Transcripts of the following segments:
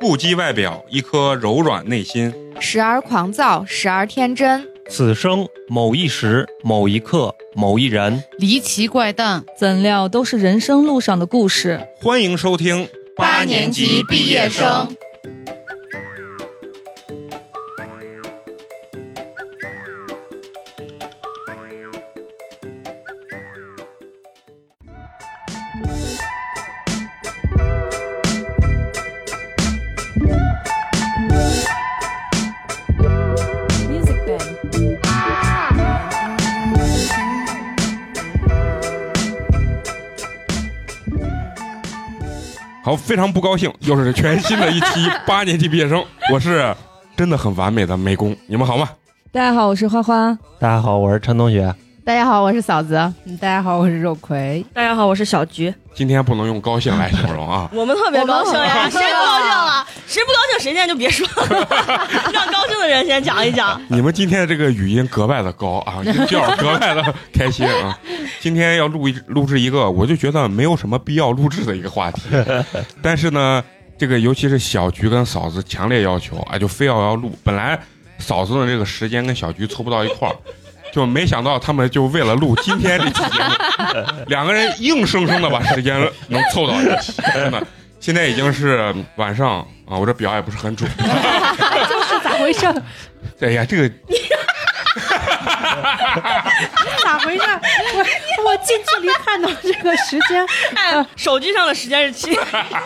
不羁外表，一颗柔软内心， 时而狂躁，时而天真。 此生某一时某一刻某一人， 离奇怪诞， 怎料都是人生路上的故事。 欢迎收听 8年级毕业生。 好，非常不高兴，又是全新的一期8年级毕业生。我是真的很完美的美工，你们好吗？ 大家好，我是花花。 大家好，我是陈同学。 大家好，我是嫂子。 大家好，我是肉葵。 大家好，我是小菊。 今天不能用高兴来形容啊， 我们特别高兴呀！谁不高兴了？谁不高兴谁先就别说了，让高兴的人先讲一讲。 你们今天这个语音格外的高啊，调格外的开心啊！今天要录制一个，我就觉得没有什么必要录制的一个话题，但是呢，这个尤其是小菊跟嫂子强烈要求，就非要录。本来嫂子的这个时间跟小菊凑不到一块儿。就没想到他们就为了录今天这期节目，两个人硬生生的把时间能凑到一起，真的。现在已经是晚上啊，我这表也不是很准， 这是咋回事？ 哎呀，这个咋回事？我近距离看到这个时间， 手机上的时间日期。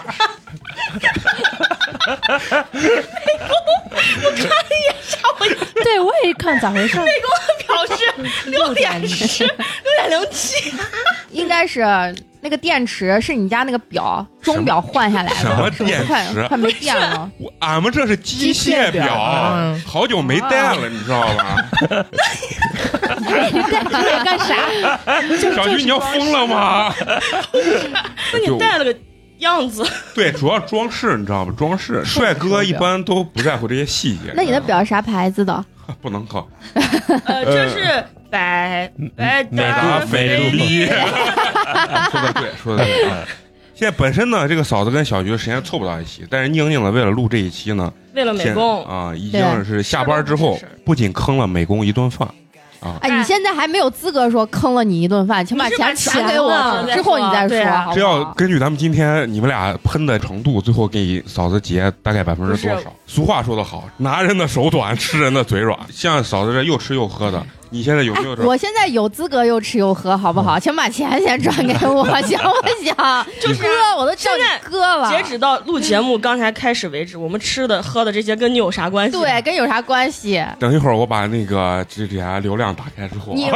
我看了一眼，吓我一跳。 对，我也看咋回事。 美工表示6:07， 应该是那个电池是你家那个表钟表换下来的， 什么电池？ 快没电了。 俺们这是机械表，好久没带了，你知道吧？ 你带干啥？ 小菊，你要疯了吗？ 那你带了个样子。 对，主要装饰，你知道吗？装饰，帅哥一般都不在乎这些细节。 那你的表啥牌子的？ 不能靠。 这是百达翡丽。说的对，说的对。现在本身呢，这个嫂子跟小菊的时间凑不到一起，但是宁宁的为了录这一期呢， 为了美工啊，已经是下班之后不仅坑了美工一顿饭。 哎，你现在还没有资格说坑了你一顿饭，请把钱给我，之后你再说。好不好？ 这要根据咱们今天你们俩喷的程度，最后给嫂子结大概多少？俗话说得好，拿人的手短，吃人的嘴软。像嫂子这又吃又喝的，你现在有没有？ 我现在有资格又吃又喝，好不好？请把钱先转给我，行不行？ 就是哥，我都叫你哥了。 截止到录节目刚才开始为止，我们吃的喝的这些跟你有啥关系？ 对，跟有啥关系？ 等一会儿我把那个这俩流量打开之后，给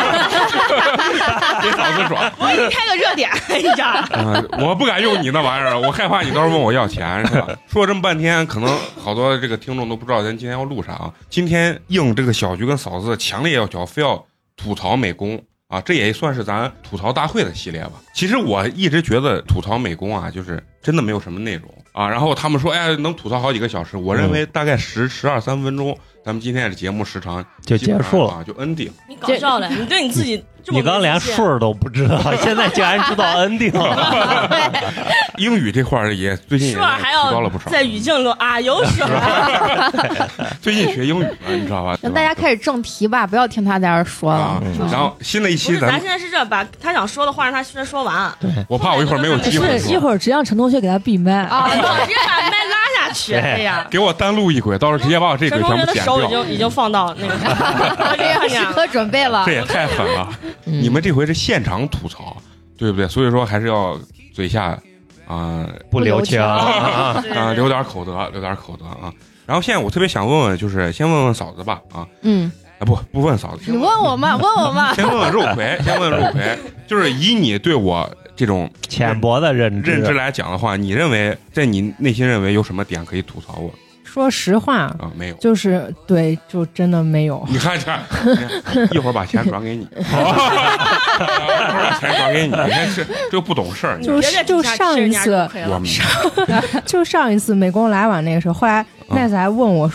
嫂子转。 我给你开个热点一下。 我不敢用你那玩意儿，我害怕你到时候问我要钱，是吧？说了这么半天，可能好多这个听众都不知道咱今天要录啥啊。今天应这个小菊跟嫂子的强烈要求，非要吐槽美工啊，这也算是咱吐槽大会的系列吧。其实我一直觉得吐槽美工啊，就是真的没有什么内容啊。然后他们说，哎，能吐槽好几个小时，我认为大概12-13分钟，咱们今天的节目时长就结束了啊，就 ending。 你搞笑了，你对你自己这么你刚连数都不知道，现在竟然知道 ending 了。 英语这块儿也最近也提高了不少， 在语境中啊有什么？ 最近学英语了，你知道吧？ 让大家开始正题吧，不要听他在这说了。 然后新的一期咱现在是这，把他想说的话让他先说完。 对， 我怕我一会儿没有机会说。 一会儿直接让陈同学给他闭麦啊，直接把麦拉下去。哎呀， 给我单录一轨，到时候直接把我这轨全部剪掉。 陈同学的手已经放到那个， 时刻准备了。 这也太狠了！你们这回是现场吐槽，对不对？所以说还是要嘴下不留情留点口德，留点口德啊。然后现在我特别想问问，就是先问问嫂子吧啊。不问嫂子， 你问我嘛，问我嘛。 先问问肉葵，就是以你对我这种浅薄的认知来讲的话，你认为在你内心认为有什么点可以吐槽我？ 说实话没有， 就是对，就真的没有。 你看，一会儿把钱转给你，把钱转给你，你看这不懂事儿。 就上一次，就上一次美工来晚那个时候，后来奈子还问我说：“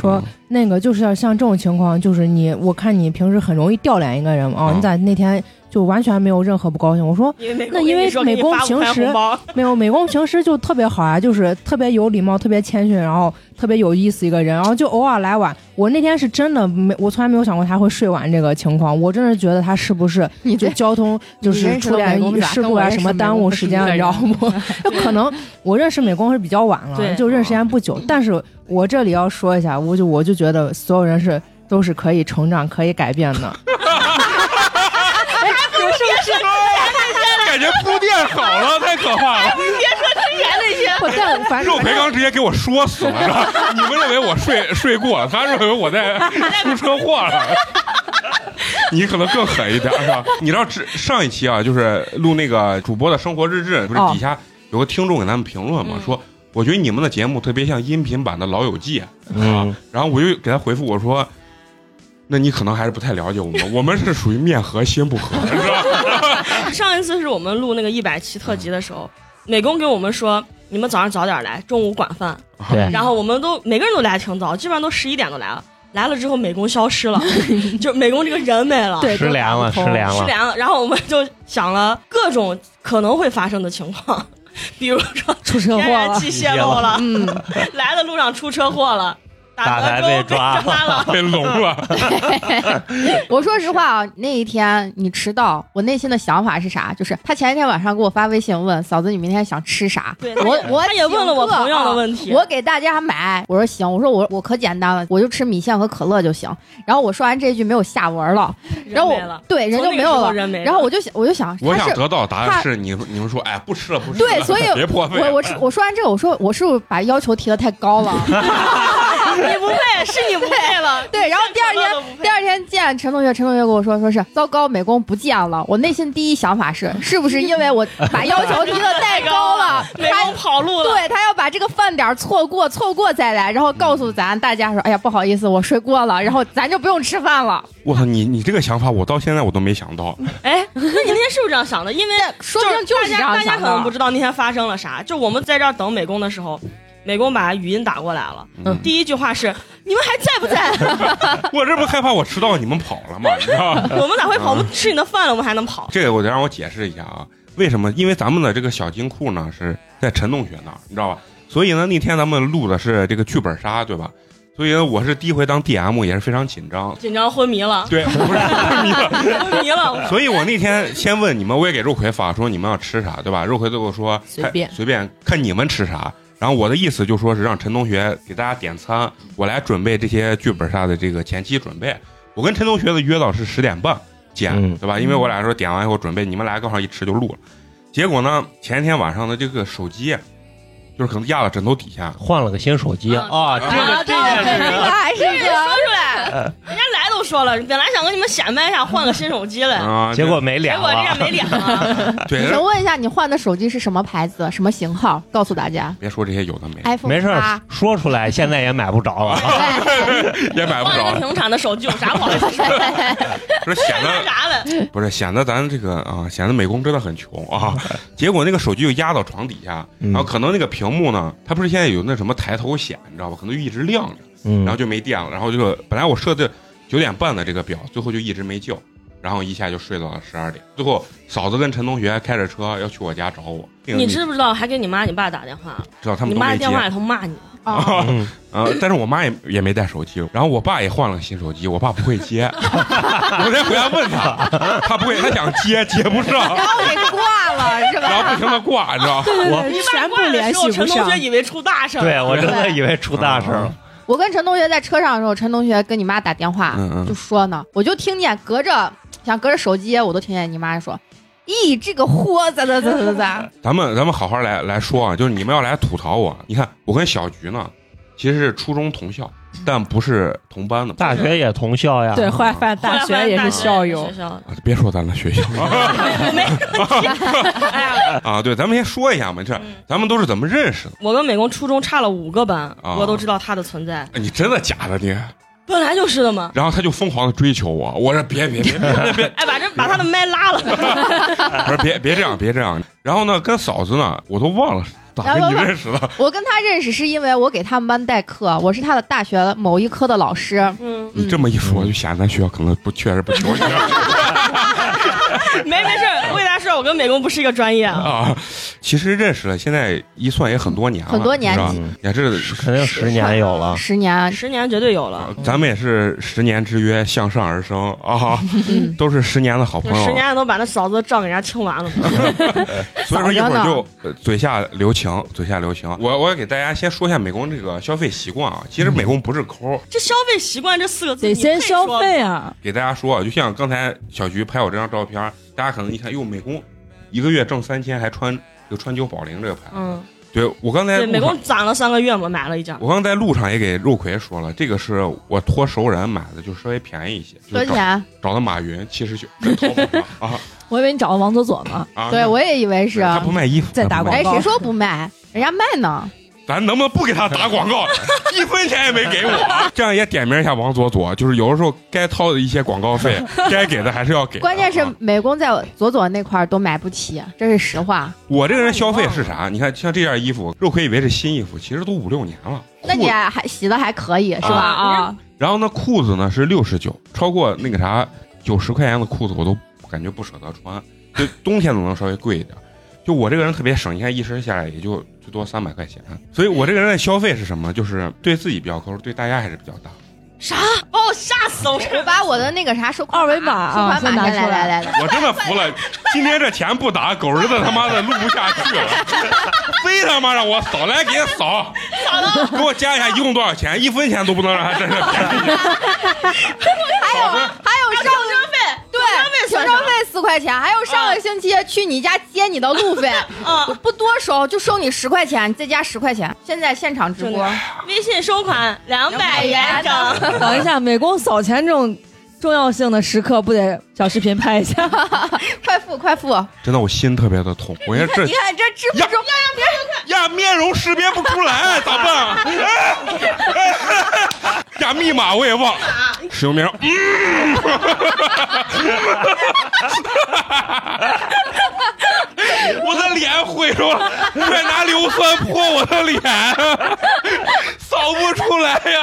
那个就是要像这种情况，就是我看你平时很容易掉脸一个人啊，你咋那天就完全没有任何不高兴？我说那因为美工平时没有，美工平时就特别好啊，就是特别有礼貌、特别谦逊，然后特别有意思一个人，然后就偶尔来晚。我那天是真的我从来没有想过他会睡晚这个情况，我真的觉得他是不是就交通就是出点事故啊什么耽误时间，你知道不？就可能我认识美工是比较晚了，就认识时间不久，但是我这里要说一下，我就觉得所有人都是可以成长、可以改变的。 感觉铺垫好了，太可怕了！ 别说之前那些， 肉培刚直接给我说死了，是吧？你们认为我睡过了，他认为我在出车祸了。你可能更狠一点，是吧？你知道上一期啊，就是录那个主播的生活日志，不是底下有个听众给咱们评论嘛，说我觉得你们的节目特别像音频版的《老友记》啊，然后我就给他回复我说。那你可能还是不太了解我们，我们是属于面和心不和，是吧？ 上一次是我们录那个100期特辑的时候，美工给我们说，你们早上早点来，中午管饭。 对。 然后我们每个人都来挺早，基本上都11点都来了。来了之后，美工消失了，就美工这个人没了， 失联了。 然后我们就想了各种可能会发生的情况，比如说出车祸了， 天然气泄漏了，来的路上出车祸了。 大台被抓了， 被聋了。 我说实话啊，那一天你迟到，我内心的想法是啥？就是他前一天晚上给我发微信问嫂子你明天想吃啥？ 对， 我他也问了我同样的问题， 我给大家买。我说行，我说我可简单了，我就吃米线和可乐就行。然后我说完这句没有下文了，然后对人就没有了。然后我就想， 我想得到答案是你们说哎不吃了。 对，所以别破费。 我说完这个，我说我是不是把要求提得太高了？ 你不配，是你不配了。 对，然后第二天见陈同学跟我说是糟糕，美工不见了。我内心第一想法是不是因为我把要求提得太高了， 美工跑路了？ 对，他要把这个饭点错过再来，然后告诉大家说，哎呀不好意思，我睡过了，然后咱就不用吃饭了。 我操，你这个想法我到现在我都没想到。 哎，那你那天是不是这样想的？因为说不定就是这样想的。 大家可能不知道那天发生了啥。就我们在这儿等美工的时候。美工把语音打过来了，第一句话是你们还在不在？ 我这不害怕我迟到你们跑了吗？你知道我们哪会跑？我们吃你的饭了，我们还能跑？ 这个我得让我解释一下啊，为什么？因为咱们的这个小金库呢是在陈同学那儿，你知道吧？所以呢那天咱们录的是这个剧本杀，对吧？所以呢我是第一回当 DM 也是非常紧张昏迷了。 对，不是昏迷了。 所以我那天先问你们，我也给肉葵发说你们要吃啥，对吧？肉葵对我说随便看你们吃啥。然后我的意思就说是让陈同学给大家点餐，我来准备这些剧本杀的这个前期准备。我跟陈同学的约到是10点半见，对吧？因为我俩说点完以后准备，你们来刚好一吃就录了。结果呢，前天晚上的这个手机，就是可能压到枕头底下， 换了个新手机啊。这件事还是说出来，人家来都说了，本来想跟你们显摆一下换个新手机来， 结果没脸了。 结果这样没脸了。 对， 想问一下，你换的手机是什么牌子、什么型号？告诉大家。 别说这些有的没。 iPhone 没事，说出来现在也买不着了， 也买不着。 换一个平产的手机有啥不好意思说？ 不是显得啥的， 不是显得咱这个显得美工真的很穷啊。结果那个手机就压到床底下，然后可能那个屏幕呢，它不是现在有那什么抬头显，你知道吧？可能就一直亮着，然后就没电了，然后就本来我设的9点半的这个表，最后就一直没叫，然后一下就睡到了12点。最后嫂子跟陈同学开着车要去我家找我， 你知不知道？还给你妈你爸打电话， 知道他们你妈电话里头骂你但是我妈也没带手机，然后我爸也换了个新手机，我爸不会接，我再回来问他，他不会，他想接不上， 然后给挂了是吧？ 然后不停的挂，你知道？ 我全部联系不上。 陈同学以为出大事， 对我真的以为出大事了。 我跟陈同学在车上的时候，陈同学跟你妈打电话，就说呢，我就听见隔着手机，我都听见你妈说。咦，这个货咋？ 咱们好好来说啊，就是你们要来吐槽我。你看，我跟小菊呢，其实是初中同校，但不是同班的。 大学也同校呀。 对，后来发现大学也是校友。 别说咱的学校。对，咱们先说一下嘛，这咱们都是怎么认识的？ 我跟美工初中差了5个班，我都知道他的存在。 你真的假的你？ 本来就是的嘛。 然后他就疯狂的追求我，我说别， 哎，把他的麦拉了。 我说别这样。然后呢，跟嫂子呢，我都忘了咋跟你认识的？ 我跟他认识是因为我给他们班代课，我是他的大学某一科的老师。 你这么一说，就显得咱学校可能确实不求你。 没事，为啥说我跟美工不是一个专业啊？ 其实认识了，现在一算也很多年了， 很多年， 也是肯定10年有了 ，10年绝对有了。 咱们也是10年之约，向上而生啊，都是10年的好朋友。 10年都把那嫂子的账给人家清完了。 所以说一会儿就嘴下留情。我也给大家先说一下美工这个消费习惯啊。其实美工不是抠， 这消费习惯这4个字得先消费啊。 给大家说，就像刚才小菊拍我这张照片，大家可能一看，哟，美工1个月挣3000，还穿川久保玲这个牌。对，我刚才对美工攒了3个月嘛，买了一件。 我刚在路上也给肉葵说了，这个是我托熟人买的，就稍微便宜一些。 多少钱？ 找的马云79，在淘宝上啊。 我以为你找了王左左呢。 对，我也以为是。 他不卖衣服， 在打广告。 谁说不卖？人家卖呢。 咱能不能不给他打广告？1分钱也没给我。这样也点名一下王左左，就是有的时候该掏的一些广告费，该给的还是要给。 关键是美工在左左那块都买不起，这是实话。 我这个人消费是啥？你看像这件衣服，肉葵以为是新衣服，其实都5、6年了。 那你还洗的还可以是吧？啊。 然后呢，裤子呢是69，超过那个啥90块钱的裤子我都感觉不舍得穿，就冬天都能稍微贵一点。就我这个人特别省，你看一身下来也就最多300块钱，所以我这个人的消费是什么？就是对自己比较抠，对大家还是比较大。 啥？把我吓死了！ 我把我的那个啥收 2维码啊， 先拿出来。 我真的服了，今天这钱不打，狗日的他妈的录不下去了，非他妈让我扫，来给扫，给我加一下一共多少钱，1分钱都不能让他占这便宜。 还有上车费，对，停车费4块钱，还有上个星期去你家接你的路费，不多收，就收你10块钱，再加10块钱。现在现场直播， 微信收款200元整。 等一下，美工扫钱这种重要性的时刻，不得小视频拍一下？ 快付！ 真的，我心特别的痛。我看这， 你看这支付中，要让别人看呀，面容识别不出来，咋办？呀，密码我也忘，使用名。我的脸毁了，快拿硫酸泼我的脸，扫不出来呀！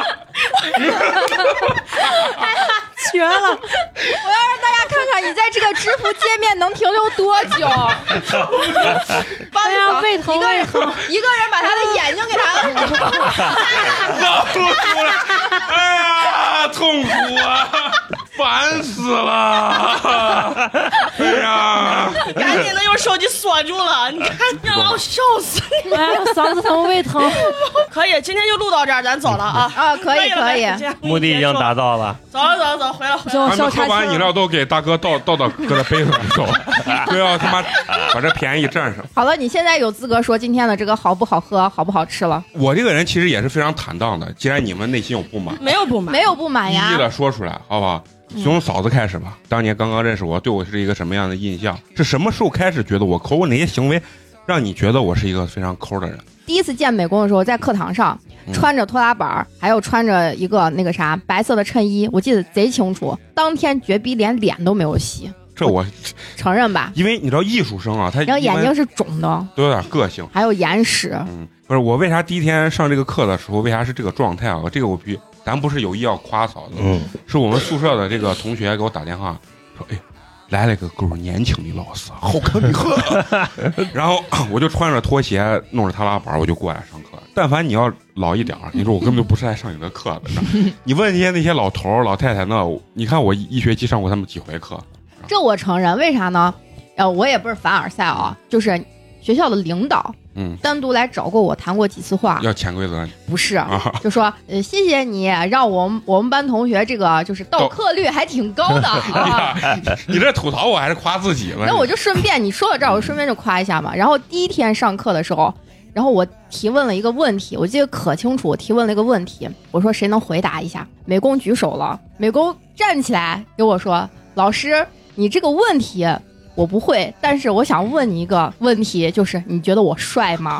绝了！我要让大家看看你在这个支付界面能停留多久。 哎呀，胃疼！ 一个人把他的眼睛给他摁住， 扫不出来！哎呀，痛苦啊！烦死了！哎呀， 赶紧的用手机锁住了，你看让我笑死你！ 哎呀，嗓子疼，胃疼。 可以，今天就录到这儿，咱走了啊！ 可以， 目的已经达到了。 走，回来。 咱们喝完饮料都给大哥倒搁这杯子里头，不要他妈把这便宜占上。 好了，你现在有资格说今天的这个好不好喝，好不好吃了。 我这个人其实也是非常坦荡的，既然你们内心有不满， 没有不满呀， 一一的说出来，好不好？从嫂子开始吧，当年刚刚认识我，对我是一个什么样的印象？是什么时候开始觉得我抠？我哪些行为让你觉得我是一个非常抠的人？ 第一次见美工的时候，在课堂上穿着拖拉板，还有穿着一个那个啥白色的衬衣，我记得贼清楚。当天绝逼连脸都没有洗， 这我承认吧？ 因为你知道艺术生啊，他然后眼睛是肿的， 都有点个性， 还有眼屎。 不是我为啥第一天上这个课的时候，为啥是这个状态啊？这个我必须，咱不是有意要夸嫂子，是我们宿舍的这个同学给我打电话说，哎，来了个够年轻的老师，好看的很。然后我就穿着拖鞋，弄着踏拉板，我就过来上课。但凡你要老一点，你说我根本就不是来上你的课的。你问那些老头老太太呢？你看我一学期上过他们几回课？ 这我承认，为啥呢？我也不是凡尔赛啊，就是学校的领导。单独来找过我谈过几次话， 要潜规则？ 不是，就说谢谢你让我们班同学这个就是到课率还挺高的啊。 你这吐槽我还是夸自己呢？ 那我就顺便你说到这儿，我顺便就夸一下嘛。然后第一天上课的时候，然后我提问了一个问题，我记得可清楚，我提问了一个问题，我说谁能回答一下？美工举手了，美工站起来给我说：“老师，你这个问题。”我不会，但是我想问你一个问题，就是你觉得我帅吗？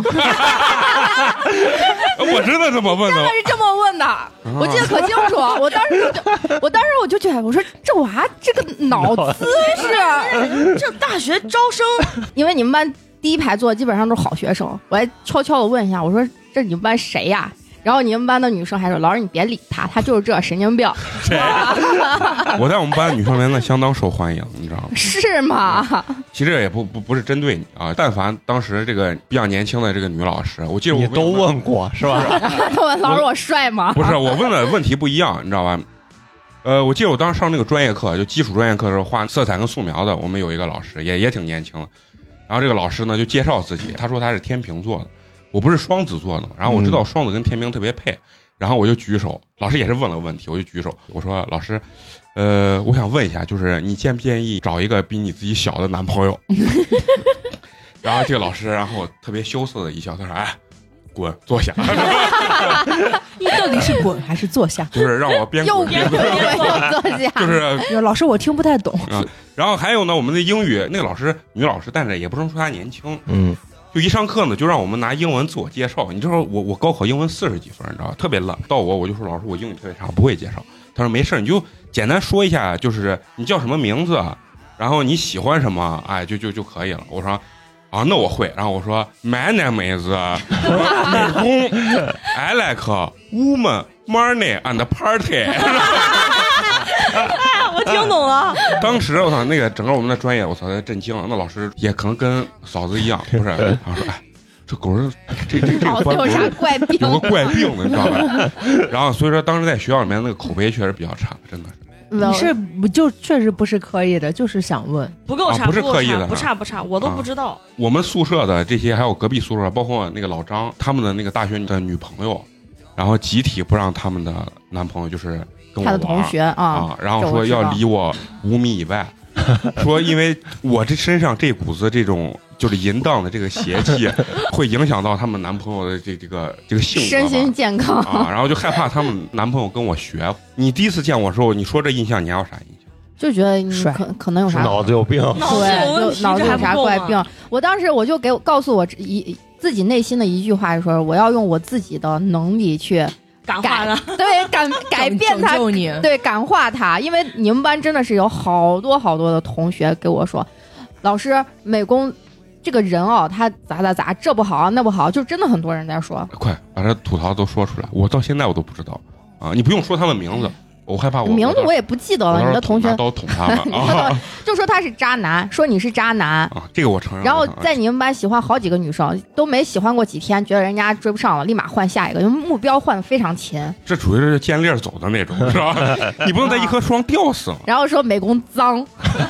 我真的这么问的， 真的是这么问的，我记得可清楚。我当时我就觉得，我说这娃这个脑子是这大学招生， 因为你们班第一排坐的基本上都是好学生，我还悄悄的问一下，我说这你们班谁呀？然后你们班的女生还说：“老师，你别理他，他就是这神经病。” 我在我们班女生里面那相当受欢迎，你知道吗？ 是吗？ 其实也不是针对你啊，但凡当时这个比较年轻的这个女老师，我记得你都问过是吧？ 问老师我帅吗？ 不是，我问的问题不一样，你知道吧？我记得我当时上那个专业课，就基础专业课的时候画色彩跟素描的，我们有一个老师也挺年轻的，然后这个老师呢就介绍自己，他说他是天秤座的。我不是双子座的，然后我知道双子跟天平特别配，然后我就举手，老师也是问了问题，我就举手，我说老师，我想问一下，就是你建不建议找一个比你自己小的男朋友？然后这个老师，然后特别羞涩的一笑，他说：“哎，滚，坐下。” 你到底是滚还是坐下？ 就是让我边滚边坐下。 就是老师，我听不太懂啊。然后还有呢，我们的英语那个老师，女老师，但是也不能说她年轻，就一上课呢，就让我们拿英文自我介绍。你知道我高考英文40几分，你知道吧？特别烂。到我就说老师，我英语特别差，不会介绍。他说没事，你就简单说一下，就是你叫什么名字，然后你喜欢什么，哎，就可以了。我说啊，那我会。然后我说 My name is 美工 I like woman money and party 我听懂了。 当时我操，那个整个我们的专业，我操，震惊了。那老师也可能跟嫂子一样，不是？然后说，哎，这狗日这有啥怪病？ 有个怪病的，你知道吧？然后所以说，当时在学校里面那个口碑确实比较差，真的是。 你是就确实不是刻意的，就是想问， 不够差， 不是刻意的， 不差，我都不知道。 我们宿舍的这些，还有隔壁宿舍，包括那个老张他们的那个大学的女朋友，然后集体不让他们的男朋友就是跟我玩， 他的同学啊， 然后说要离我5米以外，说因为我这身上这股子这种就是淫荡的这个邪气，会影响到他们男朋友的这个性格身心健康啊，然后就害怕他们男朋友跟我学。你第一次见我的时候，你说这印象，你还有啥印象？ 就觉得你可能有啥脑子有病， 对，脑子有啥怪病。我当时我就告诉我自己内心的一句话，说我要用我自己的能力去感化他， 对，改变他，对，感化他。因为你们班真的是有好多的同学给我说，老师，美工这个人哦，他咋，这不好那不好，就真的很多人在说。 快把这吐槽都说出来，我到现在我都不知道啊！你不用说他们名字。我害怕名字我也不记得了。你的同学刀捅他们啊， 就说他是渣男，说你是渣男啊，这个我承认。 然后在你们班喜欢好几个女生，都没喜欢过几天，觉得人家追不上了，立马换下一个，因为目标换的非常勤。 这属于是见猎走的那种，是吧？你不能在一棵树上吊死了。 然后说美工脏，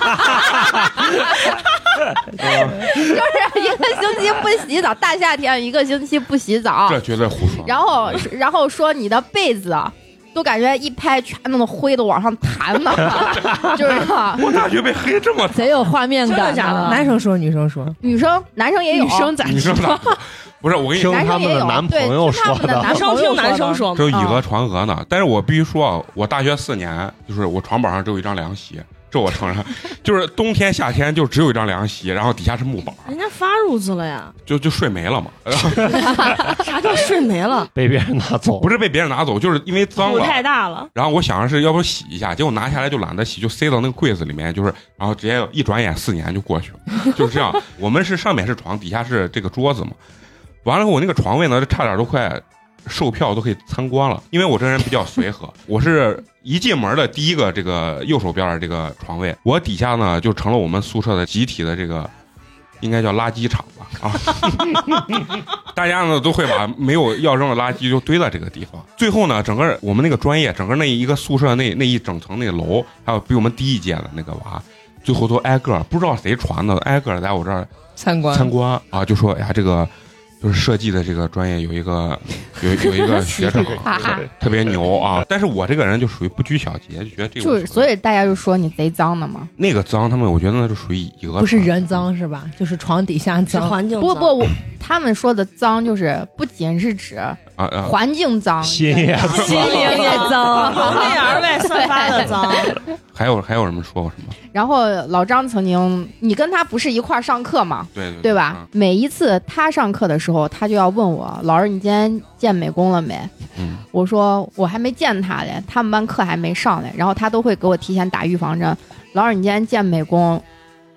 就是一个星期不洗澡，大夏天一个星期不洗澡， 这绝对胡说。 然后说你的被子都感觉一拍全那种灰都往上弹呢，就是我大学被黑这么贼有画面感的。男生说，女生说， 男生也有， 女生咋说？ 不是我跟你听他们的男朋友说的， 男生听男生说， 这以讹传讹呢。但是我必须说，我大学4年，就是我床板上只有一张凉席。这我承认，就是冬天夏天就只有一张凉席，然后底下是木板。 人家发褥子了呀， 就睡没了嘛。 啥叫睡没了？ 被别人拿走？ 不是被别人拿走，就是因为脏了， 太大了。 然后我想的是要不洗一下，结果拿下来就懒得洗，就塞到那个柜子里面，就是然后直接一转眼4年就过去了，就是这样。我们是上面是床，底下是这个桌子嘛。完了后我那个床位呢，就差点都快售票都可以参观了，因为我这人比较随和，我是一进门的第一个这个右手边的这个床位，我底下呢就成了我们宿舍的集体的这个应该叫垃圾场吧啊，大家呢都会把没有要扔的垃圾就堆在这个地方。最后呢，整个我们那个专业，整个那一个宿舍那一整层那个楼，还有比我们低一届的那个娃，最后都挨个不知道谁传的，挨个在我这儿参观啊，就说哎呀这个。就是设计的这个专业有一个学长特别牛啊，但是我这个人就属于不拘小节，就觉得这个就是所以大家就说你贼脏的嘛。 那个脏，他们我觉得那就属于一个不是人脏是吧？就是床底下脏， 环境不，他们说的脏就是不仅是指环境脏， 心也脏，由内而外散发的脏。 还有人们说过什么？ 然后老张曾经，你跟他不是一块上课嘛？对吧？每一次他上课的时候，他就要问我，老师你今天见美工了没？我说我还没见他嘞，他们班课还没上嘞。然后他都会给我提前打预防针，老师你今天见美工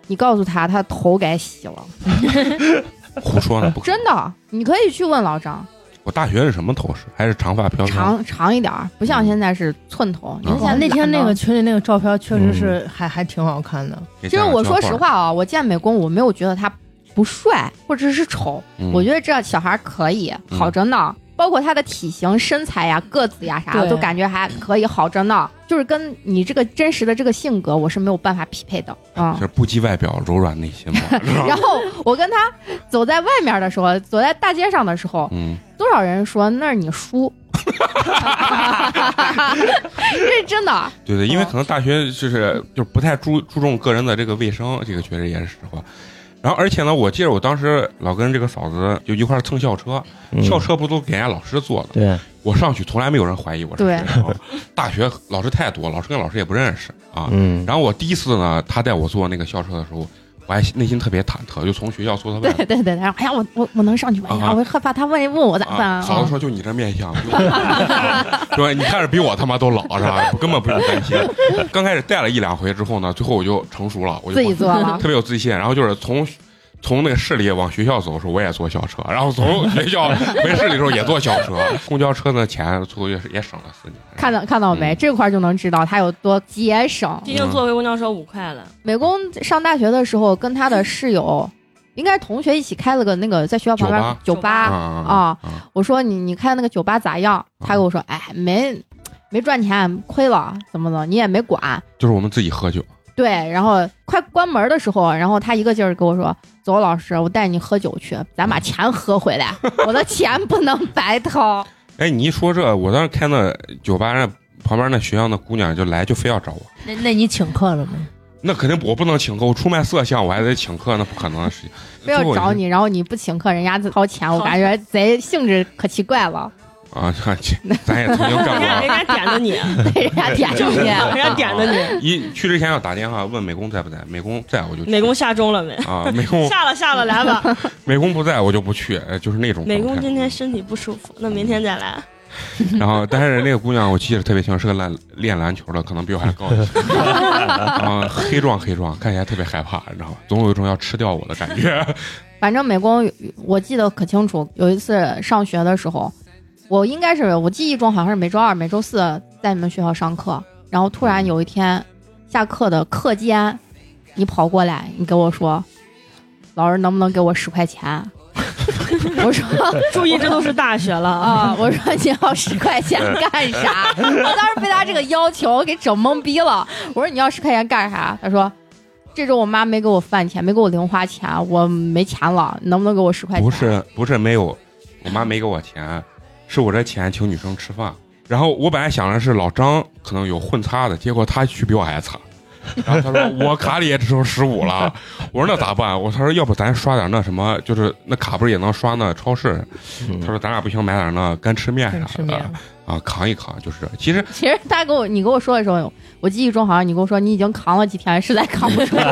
你告诉他他头该洗了。 胡说呢，不真的，你可以去问老张。 我大学是什么头饰？还是长发飘飘？ 长一点，不像现在是寸头。您现在那天那个群里那个照片确实是还挺好看的。 其实我说实话啊，我见美工我没有觉得他不帅或者是丑，我觉得这小孩可以好着呢。包括他的体型、身材呀、个子呀啥的，都感觉还可以好着呢。就是跟你这个真实的这个性格，我是没有办法匹配的啊。 就是不羁外表，柔软内心嘛。 然后我跟他走在外面的时候，走在大街上的时候，多少人说那是你叔，这是真的。 对，因为可能大学就是不太注重个人的这个卫生，这个确实也是实话。然后，而且呢，我记得我当时老跟这个嫂子就一块儿蹭校车，校车不都给人家老师坐的？ 对， 我上去从来没有人怀疑我是学生。大学老师太多，老师跟老师也不认识啊。然后我第一次呢，他带我坐那个校车的时候，我还内心特别忐忑，就从学校坐到外面。 对，然后哎呀，我能上去吗？我害怕他问我咋办啊？ 嫂子说就你这面相，是吧？你看着比我他妈都老是吧？根本不用担心。刚开始带了1-2回之后呢，最后我就成熟了，我就自己坐了， 特别有自信。然后就是从那个市里往学校走的时候，我也坐校车，然后从学校回市里的时候也坐校车。公交车的钱最后也省了4年。 看到没？这块就能知道他有多节省。 毕竟坐回公交车5块了。 美工上大学的时候，跟他的室友，应该是同学一起开了个那个在学校旁边酒吧啊。我说你开那个酒吧咋样？他跟我说，哎，没赚钱，亏了，怎么的？你也没管。 就是我们自己喝酒。 对，然后快关门的时候，然后他一个劲儿跟我说：“走，老师，我带你喝酒去，咱把钱喝回来。我的钱不能白掏。” 哎，你一说这，我当时开那酒吧，那旁边那学校那姑娘就非要找我。 那你请客了没？ 那肯定我不能请客，我出卖色相，我还得请客，那不可能的事情。 非要找你，然后你不请客，人家掏钱，我感觉贼性质可奇怪了。 啊，咱也曾经干过， 人家点的你， 对，人家点着你， 人家点的你。 一去之前要打电话问美工在不在，美工在我就去。 美工下钟了没？ 啊，美工下了，来吧。 美工不在我就不去，就是那种。 美工今天身体不舒服，那明天再来。 然后，但是那个姑娘我记得特别清，是个练篮球的，可能比我还高一些。啊，黑壮，看起来特别害怕，你知道吗？总有一种要吃掉我的感觉。 反正美工我记得可清楚，有一次上学的时候。我记忆中好像是每周2、每周4在你们学校上课，然后突然有一天下课的课间，你跑过来，你跟我说：“老师能不能给我10块钱？”我说：“ 注意，这都是大学了啊！”我说：“你要10块钱干啥？”我当时被他这个要求给整懵逼了。我说：“你要10块钱干啥？”他说：“这周我妈没给我饭钱，没给我零花钱，我没钱了，能不能给我10块钱？” 不是没有，我妈没给我钱。是我这钱请女生吃饭，然后我本来想的是老张可能有混擦的，结果他去比我还惨。然后他说我卡里也只剩15了，我说那咋办？他说要不咱刷点那什么，就是那卡不是也能刷那超市？他说咱俩不行买点那干吃面啥的啊，扛一扛就是。其实你跟我说的时候，我记忆中好像你跟我说你已经扛了几天，实在扛不住了。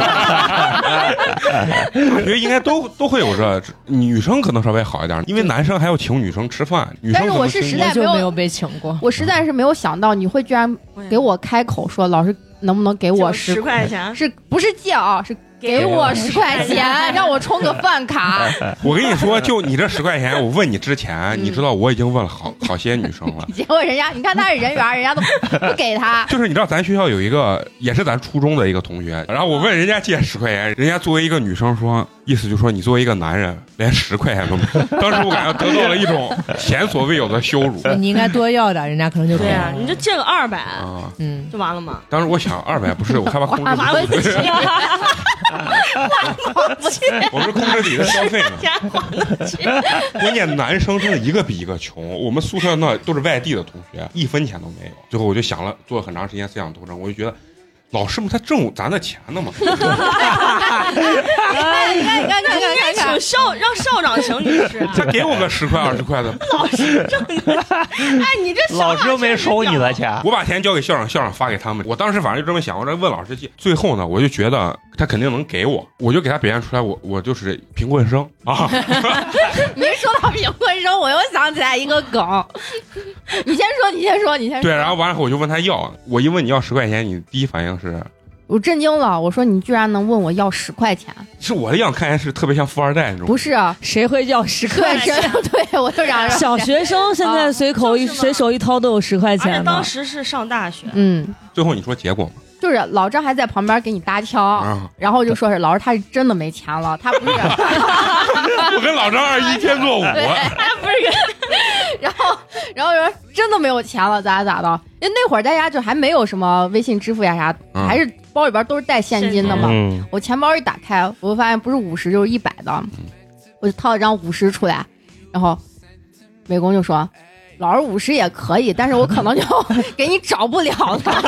大学应该都会有这，女生可能稍微好一点，因为男生还要请女生吃饭。 但是我是实在没有被请过， 我实在是没有想到你会居然给我开口说老师能不能给我 10块钱？ 是不是借啊？是给我10块钱，让我充个饭卡。 我跟你说，就你这10块钱，我问你之前，你知道我已经问了好些女生了。 结果人家，你看他是人缘，人家都不给他。 就是你知道，咱学校有一个也是咱初中的一个同学，然后我问人家借10块钱，人家作为一个女生说，意思就是说你作为一个男人连10块钱都没有。当时我感觉得到了一种前所未有的羞辱。 你应该多要点，人家可能就对啊，你就借个200 啊， 就完了嘛。 当时我想200不是，我害怕控制不起。我是控制自己的消费呢。关键男生真的一个比一个穷，我们宿舍那都是外地的同学，1分钱都没有。最后我就想了，做了很长时间思想斗争，我就觉得老师们他挣咱的钱呢嘛。 你看， 让校长请女士， 他给我个10块20块的。 老师挣的，哎，你这老师又没收你的钱， 我把钱交给校长，校长发给他们。我当时反正就这么想，我这问老师借。最后呢，我就觉得他肯定能给我，我就给他表现出来，我就是贫困生啊。 你一说到贫困生，我又想起来一个梗。你先说。 对，然后完了后我就问他要，我一问你要10块钱，你第一反应是我震惊了，我说你居然能问我要10块钱？ 是我的样看起来是特别像富二代那种。 不是啊， 谁会要10块对， 钱？ 对，我就让小学生现在随手一掏都有10块而且钱呢。 当时是上大学， 最后你说结果吗？ 就是老张还在旁边给你搭腔，然后就说是老师他是真的没钱了，他不是。 我跟老张21天作5， 他不是然后说真的没有钱了，咋的？因为那会儿大家就还没有什么微信支付呀啥，还是包里边都是带现金的嘛。我钱包一打开，我就发现不是50就是100的，我就掏了张50出来，然后美工就说。老师50也可以，但是我可能就给你找不了了。 我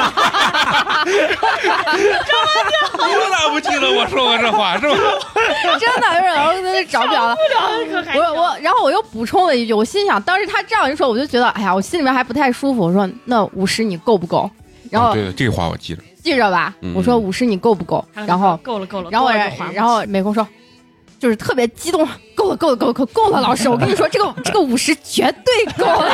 咋不记得我说过这话是吧？ 真的，就是老师找不了了。然后我又补充了一句，我心想，当时他这样一说，我就觉得，哎呀，我心里面还不太舒服。我说那50你够不够？然后对这个话我记着， 记着吧。我说50你够不够？然后够了。 然后美工说。就是特别激动，够了，老师，我跟你说，这个50绝对够了，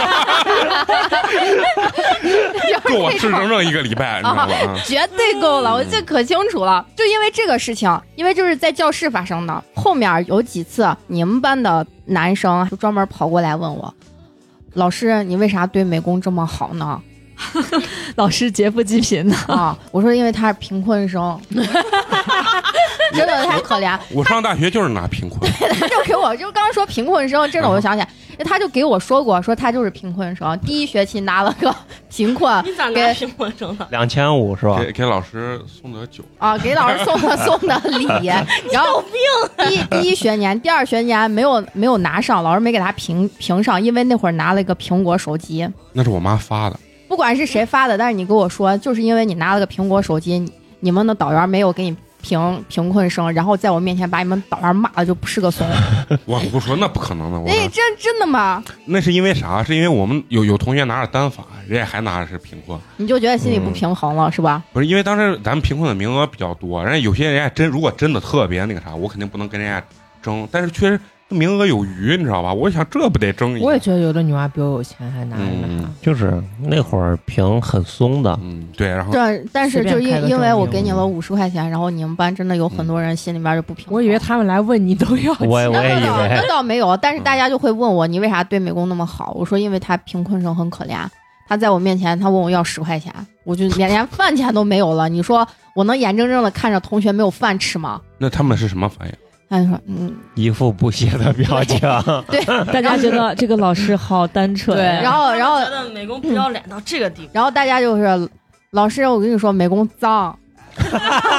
够我吃整整1个礼拜，你知道吗？ 绝对够了，我记得可清楚了。就因为这个事情，因为就是在教室发生的，后面有几次你们班的男生就专门跑过来问我，老师，你为啥对美工这么好呢？ 老师劫富济贫的啊！我说因为他是贫困生，真的太可怜。 我上大学就是拿贫困， 他就给我就刚刚说贫困生，真的我就想起来，他就给我说过，说他就是贫困生，第1学期拿了个贫困， 你咋拿贫困生的 ？2500是吧？ 给老师送的酒啊，给老师送的礼，然后第1学年、第2学年没有拿上，老师没给他评上，因为那会儿拿了一个苹果手机， 那是我妈发的。 不管是谁发的，但是你跟我说，就是因为你拿了个苹果手机，你们的导员没有给你贫困生，然后在我面前把你们导员骂的就不是个怂。 我不说那不可能的， 真的吗？ 那是因为啥？是因为我们有同学拿着单发，人家还拿着是贫困， 你就觉得心里不平衡了，是吧？ 不是，因为当时咱们贫困的名额比较多，人家有些人家如果真的特别那个啥，我肯定不能跟人家争，但是确实。名额有余，你知道吧？我想这不得争一下。 我也觉得有的女娃比我有钱，还拿着呢。 就是那会儿评很松的， 对，然后对，但是就因为我给你了50块钱，然后你们班真的有很多人心里边就不平衡。 我以为他们来问你都要钱， 我也以为那倒没有，但是大家就会问我，你为啥对美工那么好？我说因为他贫困生很可怜，他在我面前他问我要10块钱，我就连饭钱都没有了。你说我能眼睁睁的看着同学没有饭吃吗？ 那他们是什么反应？ 他就说一副不屑的表情。 对， 大家觉得这个老师好单纯。 对，然后觉得美工不要脸到这个地步， 然后大家就是老师，我跟你说，美工脏，就是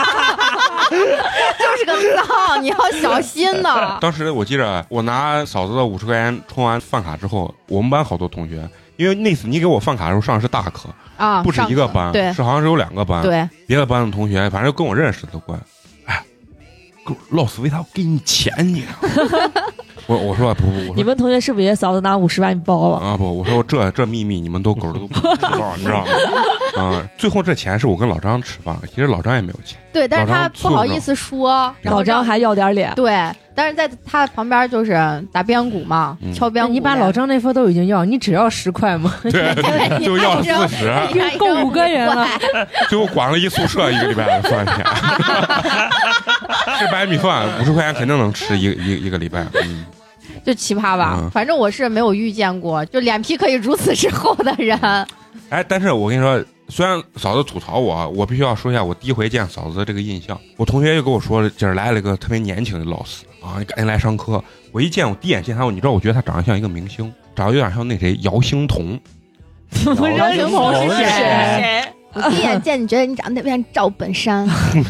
个脏，你要小心的。 当时我记着，我拿嫂子的50块钱充完饭卡之后，我们班好多同学，因为那次你给我饭卡的时候上的是大课啊， 不止一个班， 对， 是好像是有2个班， 对， 别的班的同学，反正跟我认识的都过来。老师为啥给你钱呢？我说不， 你们同学是不是也嫂子拿50把你包了啊？不，我说这秘密你们都狗都不知道，你知道吗？最后这钱是我跟老张吃饭，其实老张也没有钱， 对，但是他不好意思说， 老张还要点脸， 对，但是在他旁边就是打边鼓嘛，敲边鼓。 你把老张那份都已经要，你只要10块吗？ 对，就要了40， 够5个人了。 最后管了一宿舍1个礼拜的饭钱，吃白米饭50块钱肯定能吃一个礼拜， 就奇葩吧，反正我是没有遇见过，就脸皮可以如此之厚的人。 哎，但是我跟你说，虽然嫂子吐槽我必须要说一下我第一回见嫂子的这个印象。我同学就跟我说，今儿来了个特别年轻的老师啊，你赶紧来上课。我一见，我第一眼见他，你知道，我觉得他长得像一个明星，长得有点像那谁姚星彤。 姚星彤是谁？ 我第一眼见你觉得你长得特别像赵本山。